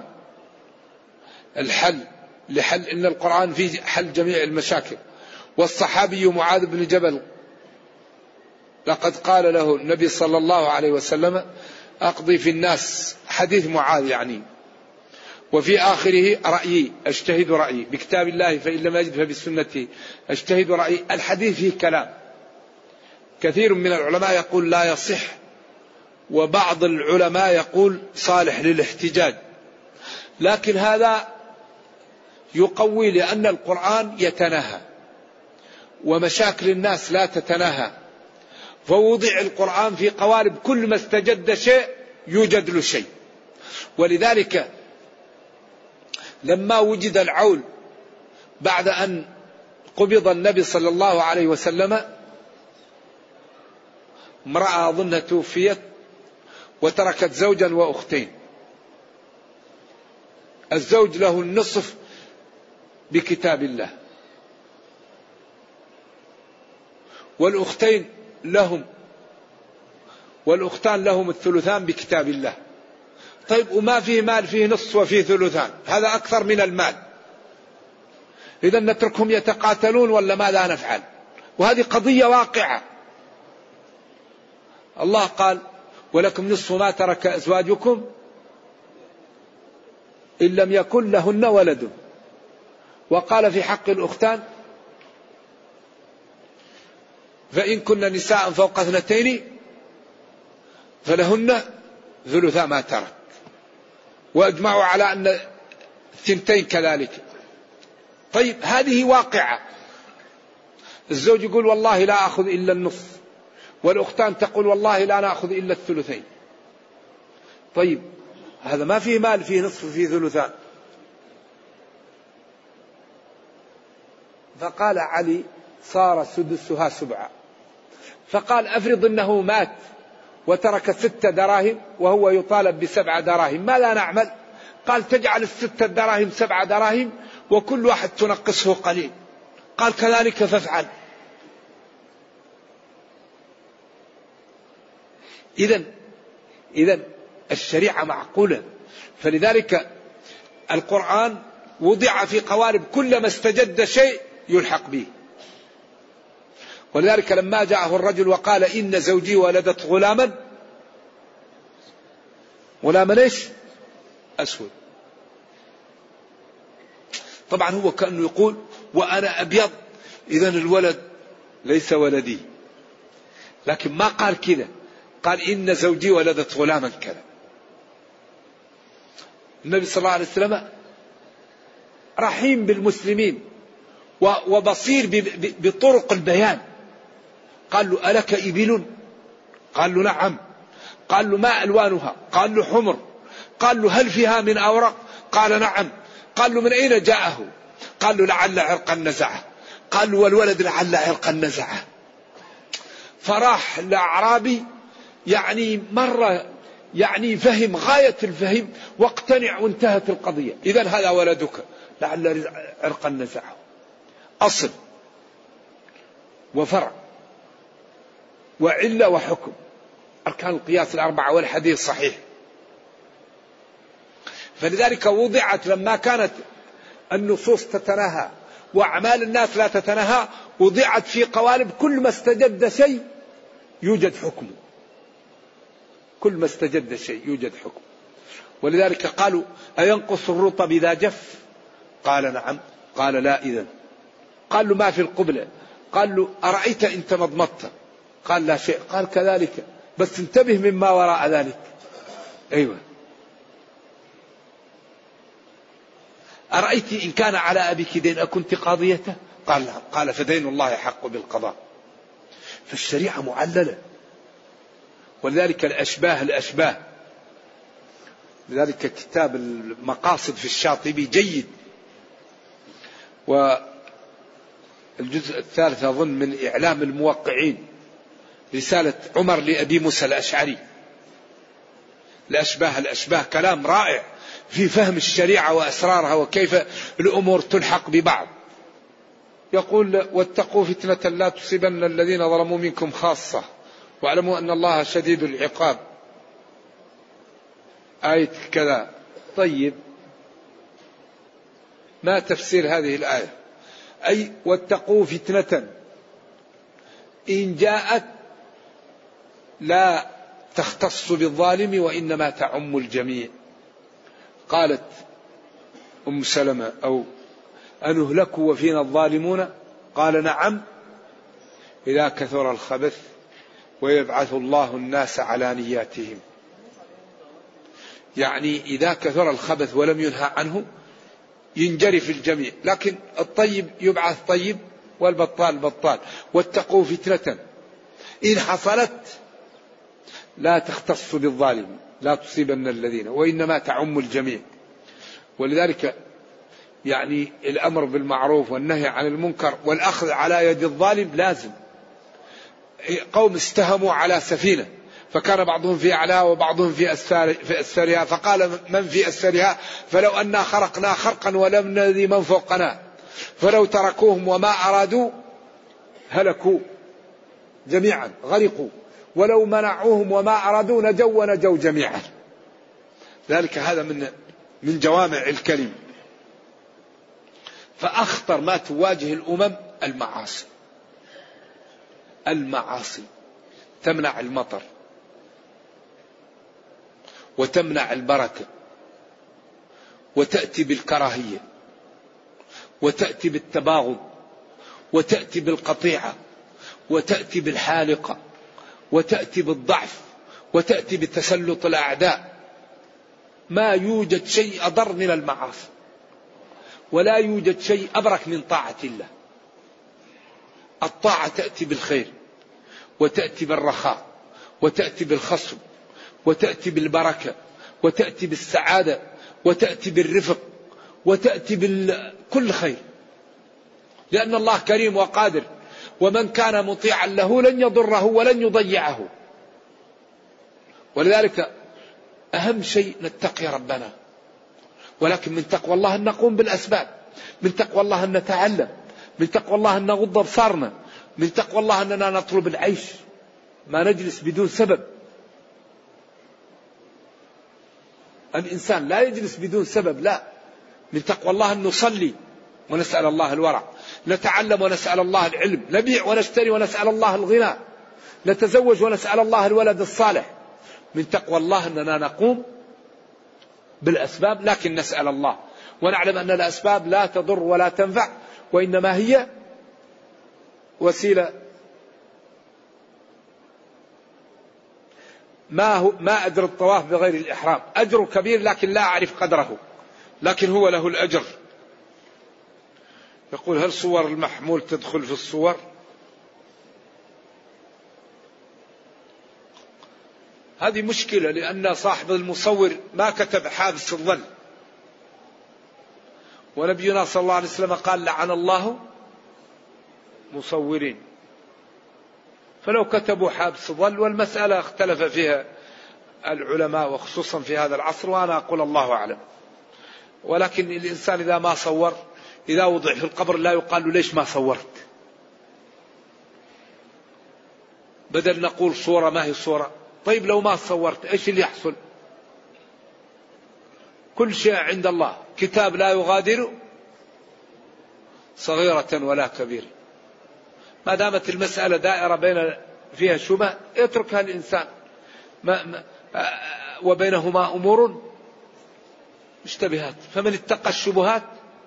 لحل إن القرآن فيه حل جميع المشاكل. والصحابي معاذ بن جبل لقد قال له النبي صلى الله عليه وسلم أقضي في الناس، حديث معاذ يعني، وفي آخره رأيي أجتهد رأيي بكتاب الله فإن لم أجد فبسنتي أجتهد رأيي. الحديث فيه كلام. كثير من العلماء يقول لا يصح وبعض العلماء يقول صالح للاحتجاج، لكن هذا يقوي لأن القرآن يتناهى ومشاكل الناس لا تتناهى، فوضع القرآن في قوالب كل ما استجد شيء يوجد له شيء. ولذلك لما وجد العول بعد أن قبض النبي صلى الله عليه وسلم، امرأة أظنها توفيت وتركت زوجا وأختين. الزوج له النصف بكتاب الله، والأختين لهم والأختان لهم الثلثان بكتاب الله. طيب وما فيه مال، فيه نصف وفيه ثلثان، هذا أكثر من المال. إذا نتركهم يتقاتلون ولا ماذا نفعل؟ وهذه قضية واقعة. الله قال ولكم نصف ما ترك أزواجكم إن لم يكن لهن ولد. وقال في حق الأختان فإن كن نساء فوق 2 فلهن ثلثا ما ترك، وأجمعوا على أن 2 كذلك. طيب هذه واقعة، الزوج يقول والله لا أخذ إلا النصف، والأختان تقول والله لا نأخذ إلا الثلثين. طيب هذا ما فيه مال، فيه نصف وفيه ثلثان. فقال علي صار سدسها 7. فقال أفرض أنه مات وترك 6 دراهم وهو يطالب ب7 دراهم، ماذا نعمل؟ قال تجعل 6 دراهم 7 دراهم وكل واحد تنقصه قليل. قال كذلك فافعل. إذن الشريعة معقولة. فلذلك القرآن وضع في قوالب كل ما استجد شيء يلحق به. ولذلك لما جاءه الرجل وقال إن زوجي ولدت غلاما إيش؟ أسود. طبعا هو كأنه يقول وأنا أبيض إذن الولد ليس ولدي، لكن ما قال كذا، قال إن زوجي ولدت غلاما كذا. النبي صلى الله عليه وسلم رحيم بالمسلمين وبصير بطرق البيان. قال له ألك إبل؟ قال له نعم. قال له ما ألوانها؟ قال له حمر. قال له هل فيها من أورق؟ قال نعم. قال له من أين جاءه؟ قال له لعل عرقا نزعه. قال له والولد لعل عرقا نزعه. فراح الأعرابي مرة فهم غاية الفهم واقتنع وانتهت القضية. إذن هذا ولدك لعل عرقا نزعه. أصل وفرع وعلة وحكم، أركان القياس 4 والحديث صحيح. فلذلك وضعت لما كانت النصوص تتناهى وأعمال الناس لا تتناهى، وضعت في قوالب كل ما استجد شيء يوجد حكم. كل ما استجد شيء يوجد حكم. ولذلك قالوا أينقص الرطب إذا جف؟ قال نعم. قال لا. إذن قال له ما في القبلة؟ قال له أرأيت إن تمضمضت؟ قال لا شيء. قال كذلك بس انتبه مما وراء ذلك. أيوة. أرأيت إن كان على أبيك دين أكنت قاضيته؟ قال لا. قال فدين الله حق بالقضاء. فالشريعة معللة. ولذلك الأشباه لذلك كتاب المقاصد في الشاطبي جيد. والجزء الثالث أظن من إعلام الموقعين رسالة عمر لأبي موسى الأشعري. الأشباه كلام رائع في فهم الشريعة وأسرارها وكيف الأمور تلحق ببعض. يقول واتقوا فتنة لا تصيبن الذين ظلموا منكم خاصة واعلموا أن الله شديد العقاب. آية كذا. طيب ما تفسير هذه الآية؟ أي واتقوا فتنة إن جاءت لا تختص بالظالم وإنما تعم الجميع. قالت أم سلمة أو أنهلك وفينا الظالمون؟ قال نعم إذا كثر الخبث ويبعث الله الناس على نياتهم. يعني إذا كثر الخبث ولم ينهى عنه ينجري في الجميع، لكن الطيب يبعث طيب والبطال بطال. واتقوا فتنة إن حصلت لا تختص بالظالم لا تصيبن الذين، وإنما تعم الجميع. ولذلك يعني الأمر بالمعروف والنهي عن المنكر والأخذ على يد الظالم لازم. قوم استهموا على سفينة فكان بعضهم في أعلاها وبعضهم في أسفلها، فقال من في أسفلها فلو أنا خرقنا خرقا ولم نذي من فوقنا فلو تركوهم وما أرادوا هلكوا جميعا غرقوا، ولو منعوهم وما أرادوا نجوا جميعا. ذلك هذا من جوامع الكلم. فأخطر ما تواجه الأمم المعاصي تمنع المطر وتمنع البركة وتأتي بالكراهية وتأتي بالتباغض وتأتي بالقطيعة وتأتي بالحالقة وتأتي بالضعف وتأتي بتسلط الأعداء. ما يوجد شيء أضر من المعاصي، ولا يوجد شيء أبرك من طاعة الله. الطاعة تأتي بالخير وتأتي بالرخاء وتأتي بالخصب وتأتي بالبركة وتأتي بالسعادة وتأتي بالرفق وتأتي بكل خير، لأن الله كريم وقادر، ومن كان مطيعا له لن يضره ولن يضيعه. ولذلك أهم شيء نتقي ربنا، ولكن من تقوى الله أن نقوم بالأسباب، من تقوى الله أن نتعلم، من تقوى الله أن نغض أبصارنا، من تقوى الله أننا نطلب العيش، ما نجلس بدون سبب. الإنسان لا يجلس بدون سبب، لا. من تقوى الله أن نصلي ونسأل الله الورع، نتعلم ونسأل الله العلم، نبيع ونشتري ونسأل الله الغنى، نتزوج ونسأل الله الولد الصالح. من تقوى الله أننا نقوم بالأسباب لكن نسأل الله، ونعلم أن الأسباب لا تضر ولا تنفع، وإنما هي وسيلة. ما أجر الطواف بغير الإحرام؟ أجر كبير لكن لا أعرف قدره، لكن هو له الأجر. يقول هل صور المحمول تدخل في الصور؟ هذه مشكلة، لأن صاحب المصور ما كتب حابس الظل، ونبينا صلى الله عليه وسلم قال لعن الله مصورين. فلو كتبوا حابس الظل، والمسألة اختلف فيها العلماء وخصوصا في هذا العصر، وأنا أقول الله أعلم. ولكن الإنسان إذا ما صور، إذا وضع في القبر لا يقال له ليش ما صورت، بدل نقول صورة ما هي صورة. طيب لو ما صورت ايش اللي يحصل؟ كل شيء عند الله كتاب لا يغادر صغيرة ولا كبيرة. ما دامت المسألة دائرة بين فيها شبهة يتركها الإنسان، وبينهما أمور مشتبهات، فمن اتقى الشبهات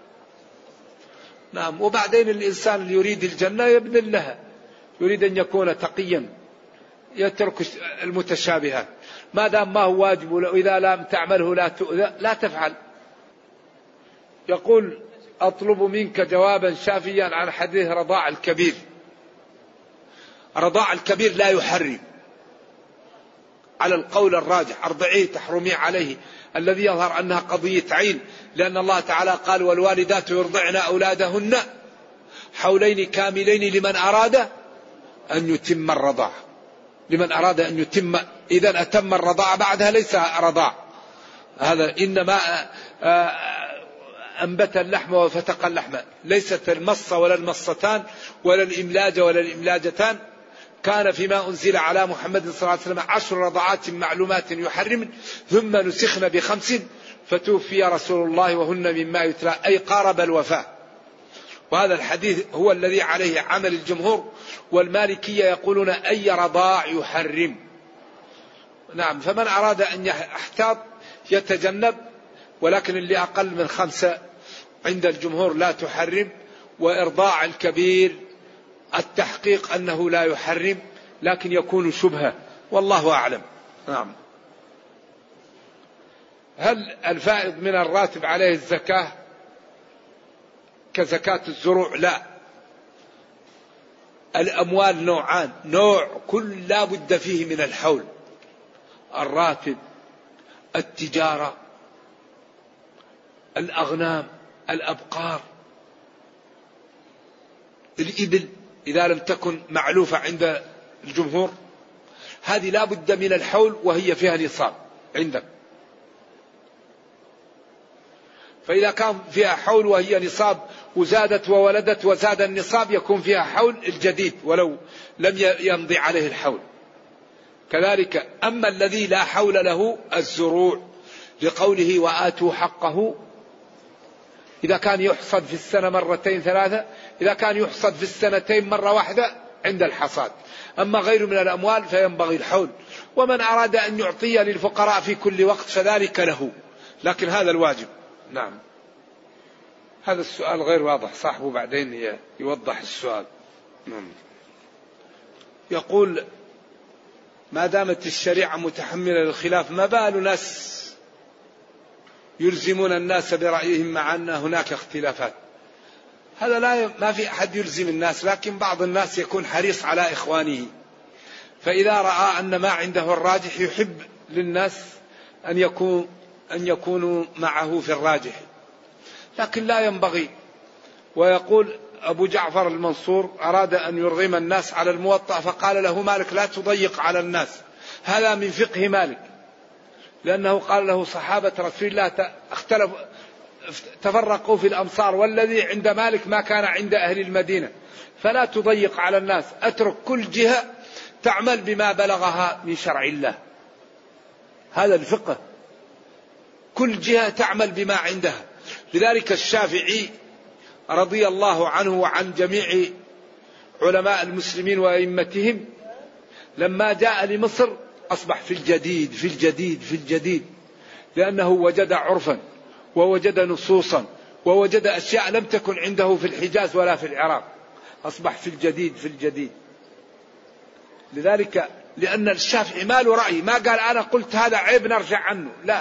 نعم. وبعدين الإنسان اللي يريد الجنة يبذل لها، يريد أن يكون تقيا يترك المتشابهات، ما دام ما هو واجب، وإذا لم تعمله لا تؤذى لا تفعل. يقول أطلب منك جوابا شافيا عن حديث رضاع الكبير. رضاع الكبير لا يحرم على القول الراجح، أرضعيه تحرمي عليه، الذي يظهر أنها قضية عين، لأن الله تعالى قال والوالدات يرضعن أولادهن حولين كاملين لمن أراد أن يتم الرضاعة، لمن أراد أن يتم. إذا أتم الرضاعة بعدها ليس رضاع، هذا إنما أنبت اللحم وفتق اللحم، ليست المصة ولا المصتان ولا الإملاج ولا الإملاجتان. كان فيما أنزل على محمد صلى الله عليه وسلم 10 رضعات معلومات يحرم، ثم نسخن ب5 فتوفي رسول الله وهن مما يتلى، أي قارب الوفاة. وهذا الحديث هو الذي عليه عمل الجمهور، والمالكية يقولون أي رضاع يحرم. نعم، فمن أراد أن يحتاط يتجنب، ولكن اللي أقل من 5 عند الجمهور لا تحرم. وإرضاع الكبير التحقيق أنه لا يحرم، لكن يكون شبهة، والله أعلم. نعم. هل الفائض من الراتب عليه الزكاة كزكاة الزروع؟ لا. الأموال نوعان، نوع كل لا بد فيه من الحول، الراتب، التجارة، الأغنام، الأبقار، الإبل إذا لم تكن معلوفة عند الجمهور، هذه لا بد من الحول وهي فيها نصاب عندك. فإذا كان فيها حول وهي نصاب وزادت وولدت وزاد النصاب يكون فيها حول الجديد ولو لم يمضي عليه الحول. كذلك أما الذي لا حول له الزروع، لقوله وآتوا حقه، إذا كان يحصد في السنة مرتين ثلاثة، إذا كان يحصد في السنتين مرة واحدة عند الحصاد. أما غير من الأموال فينبغي الحول. ومن أراد أن يعطي للفقراء في كل وقت فذلك له، لكن هذا الواجب. نعم. هذا السؤال غير واضح، صاحبه بعدين يوضح السؤال. نعم. يقول ما دامت الشريعة متحملة للخلاف ما بال ناس يلزمون الناس برأيهم مع أن هناك اختلافات؟ هذا ما في أحد يلزم الناس، لكن بعض الناس يكون حريص على إخوانه، فإذا رأى أن ما عنده الراجح يحب للناس أن يكونوا معه في الراجح، لكن لا ينبغي. ويقول أبو جعفر المنصور أراد أن يرغم الناس على الموطأ فقال له مالك لا تضيق على الناس. هذا من فقه مالك، لأنه قال له صحابة رسول الله تفرقوا في الأمصار والذي عند مالك ما كان عند أهل المدينة، فلا تضيق على الناس، أترك كل جهة تعمل بما بلغها من شرع الله. هذا الفقه، كل جهة تعمل بما عندها. لذلك الشافعي رضي الله عنه وعن جميع علماء المسلمين وأئمتهم لما جاء لمصر أصبح في الجديد في الجديد في الجديد، لأنه وجد عرفا ووجد نصوصا ووجد أشياء لم تكن عنده في الحجاز ولا في العراق، أصبح في الجديد في الجديد. لذلك لأن الشافعي ما له رأي، ما قال أنا قلت هذا عيب نرجع عنه، لا.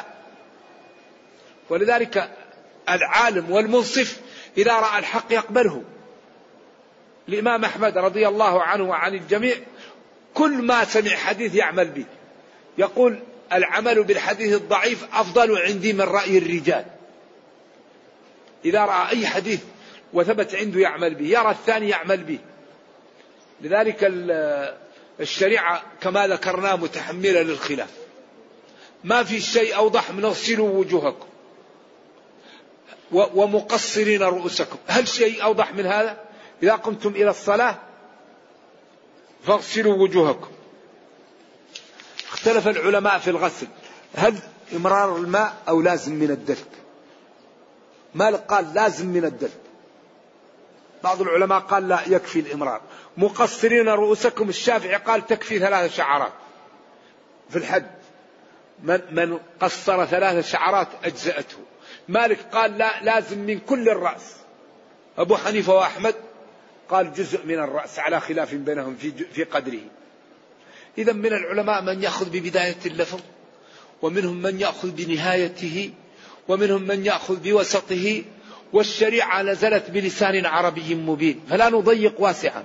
ولذلك العالم والمنصف إذا رأى الحق يقبله. الإمام أحمد رضي الله عنه وعن الجميع كل ما سمع حديث يعمل به، يقول العمل بالحديث الضعيف أفضل عندي من رأي الرجال. إذا رأى أي حديث وثبت عنده يعمل به، يرى الثاني يعمل به. لذلك الشريعة كما ذكرنا متحملة للخلاف، ما في شيء أوضح من اغسلوا وجوهكم ومقصرين رؤوسكم. هل شيء أوضح من هذا؟ إذا قمتم إلى الصلاة فاغسلوا وجوهكم. اختلف العلماء في الغسل، هل إمرار الماء أو لازم من الدلك؟ مالك قال لازم من الدلك، بعض العلماء قال لا يكفي الإمرار. مقصرين رؤوسكم، الشافعي قال تكفي 3 شعرات في الحد، من قصر 3 شعرات أجزأته. مالك قال لا لازم من كل الرأس. أبو حنيفة وأحمد قال جزء من الرأس على خلاف بينهم في قدره. إذا من العلماء من يأخذ ببداية اللفظ، ومنهم من يأخذ بنهايته، ومنهم من يأخذ بوسطه، والشريعة نزلت بلسان عربي مبين، فلا نضيق واسعا.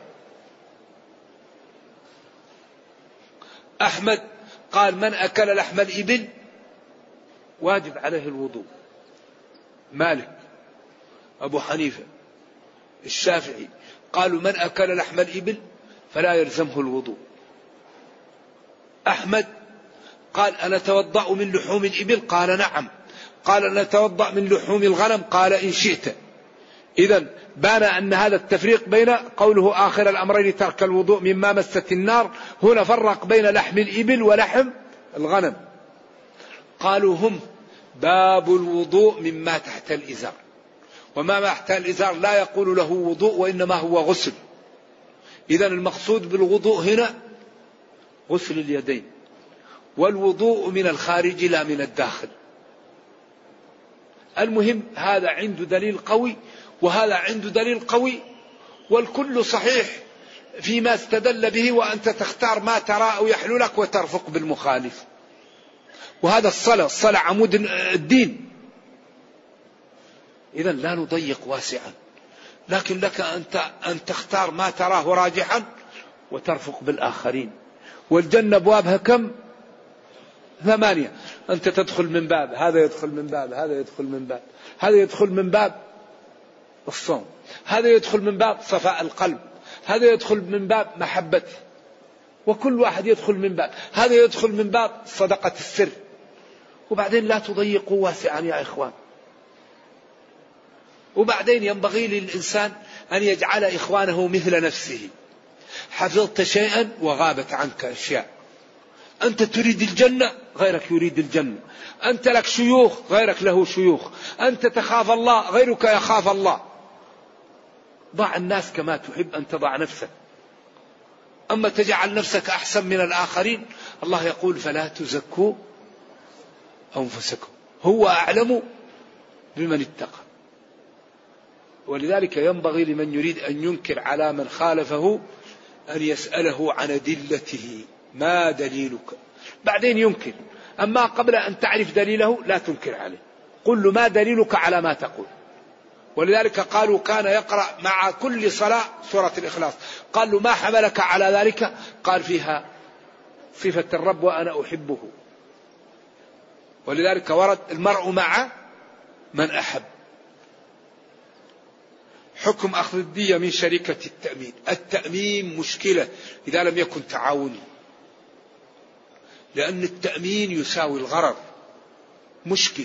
أحمد قال من أكل لحم الإبل واجب عليه الوضوء. مالك، أبو حنيفة، الشافعي قالوا من أكل لحم الإبل فلا يلزمه الوضوء. أحمد قال أنا أتوضأ من لحوم الإبل، قال نعم. قال أنا أتوضأ من لحوم الغنم، قال إن شئت. إذن بان أن هذا التفريق بين قوله آخر الأمرين ترك الوضوء مما مست النار، هنا فرق بين لحم الإبل ولحم الغنم. قالوا هم باب الوضوء مما تحت الإزار، وما تحت الإزار لا يقول له وضوء وإنما هو غسل. إذن المقصود بالوضوء هنا غسل اليدين، والوضوء من الخارج لا من الداخل. المهم هذا عنده دليل قوي وهذا عنده دليل قوي، والكل صحيح، فيما استدل به، وأنت تختار ما ترى أو يحلو لك وترفق بالمخالف. وهذا الصلاة عمود الدين. إذن لا نضيق واسعا، لكن لك أن تختار ما تراه راجحا وترفق بالآخرين. والجنة أبوابها كم؟ 8. أنت تدخل من باب، هذا يدخل من باب، هذا يدخل من باب، هذا يدخل من باب الصوم، هذا يدخل من باب صفاء القلب، هذا يدخل من باب محبته، وكل واحد يدخل من باب، هذا يدخل من باب صدقة السر. وبعدين لا تضيقوا واسعا يا إخوان. وبعدين ينبغي للإنسان أن يجعل إخوانه مثل نفسه. حفظت شيئا وغابت عنك أشياء. أنت تريد الجنة، غيرك يريد الجنة. أنت لك شيوخ، غيرك له شيوخ. أنت تخاف الله، غيرك يخاف الله. ضع الناس كما تحب أن تضع نفسك. أما تجعل نفسك أحسن من الآخرين، الله يقول فلا تزكوا أنفسكم، هو أعلم بمن اتقى. ولذلك ينبغي لمن يريد أن ينكر على من خالفه أن يسأله عن أدلته، ما دليلك؟ بعدين ينكر. أما قبل أن تعرف دليله لا تنكر عليه، قل له ما دليلك على ما تقول. ولذلك قالوا كان يقرأ مع كل صلاة سورة الإخلاص. قال له ما حملك على ذلك؟ قال فيها صفة الرب وأنا أحبه. ولذلك ورد المرء مع من أحب. حكم أخذ الدية من شركة التأمين. التأمين مشكلة إذا لم يكن تعاوني، لأن التأمين يساوي الغرر. مشكل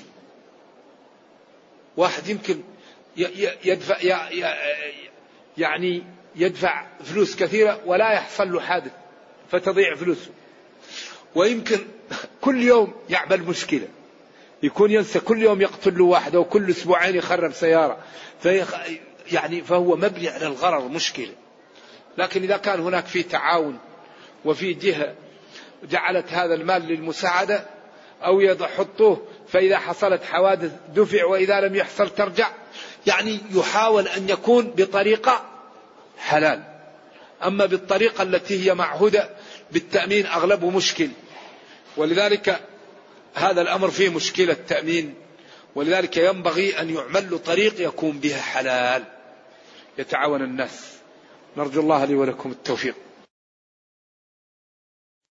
واحد يمكن يدفع يعني يدفع فلوس كثيرة ولا يحصل له حادث فتضيع فلوسه، ويمكن كل يوم يعمل مشكلة، يكون ينسى كل يوم يقتل له واحد، وكل أسبوعين يخرب سيارة، فهو مبني على الغرر، مشكلة. لكن إذا كان هناك في تعاون وفي جهة جعلت هذا المال للمساعدة أو يحطوه، فإذا حصلت حوادث دفع، وإذا لم يحصل ترجع، يعني يحاول أن يكون بطريقة حلال. أما بالطريقة التي هي معهودة بالتأمين أغلبه مشكل. ولذلك هذا الأمر فيه مشكلة تأمين. ولذلك ينبغي أن يعمل له طريق يكون بها حلال يتعاون الناس. نرجو الله لي ولكم التوفيق.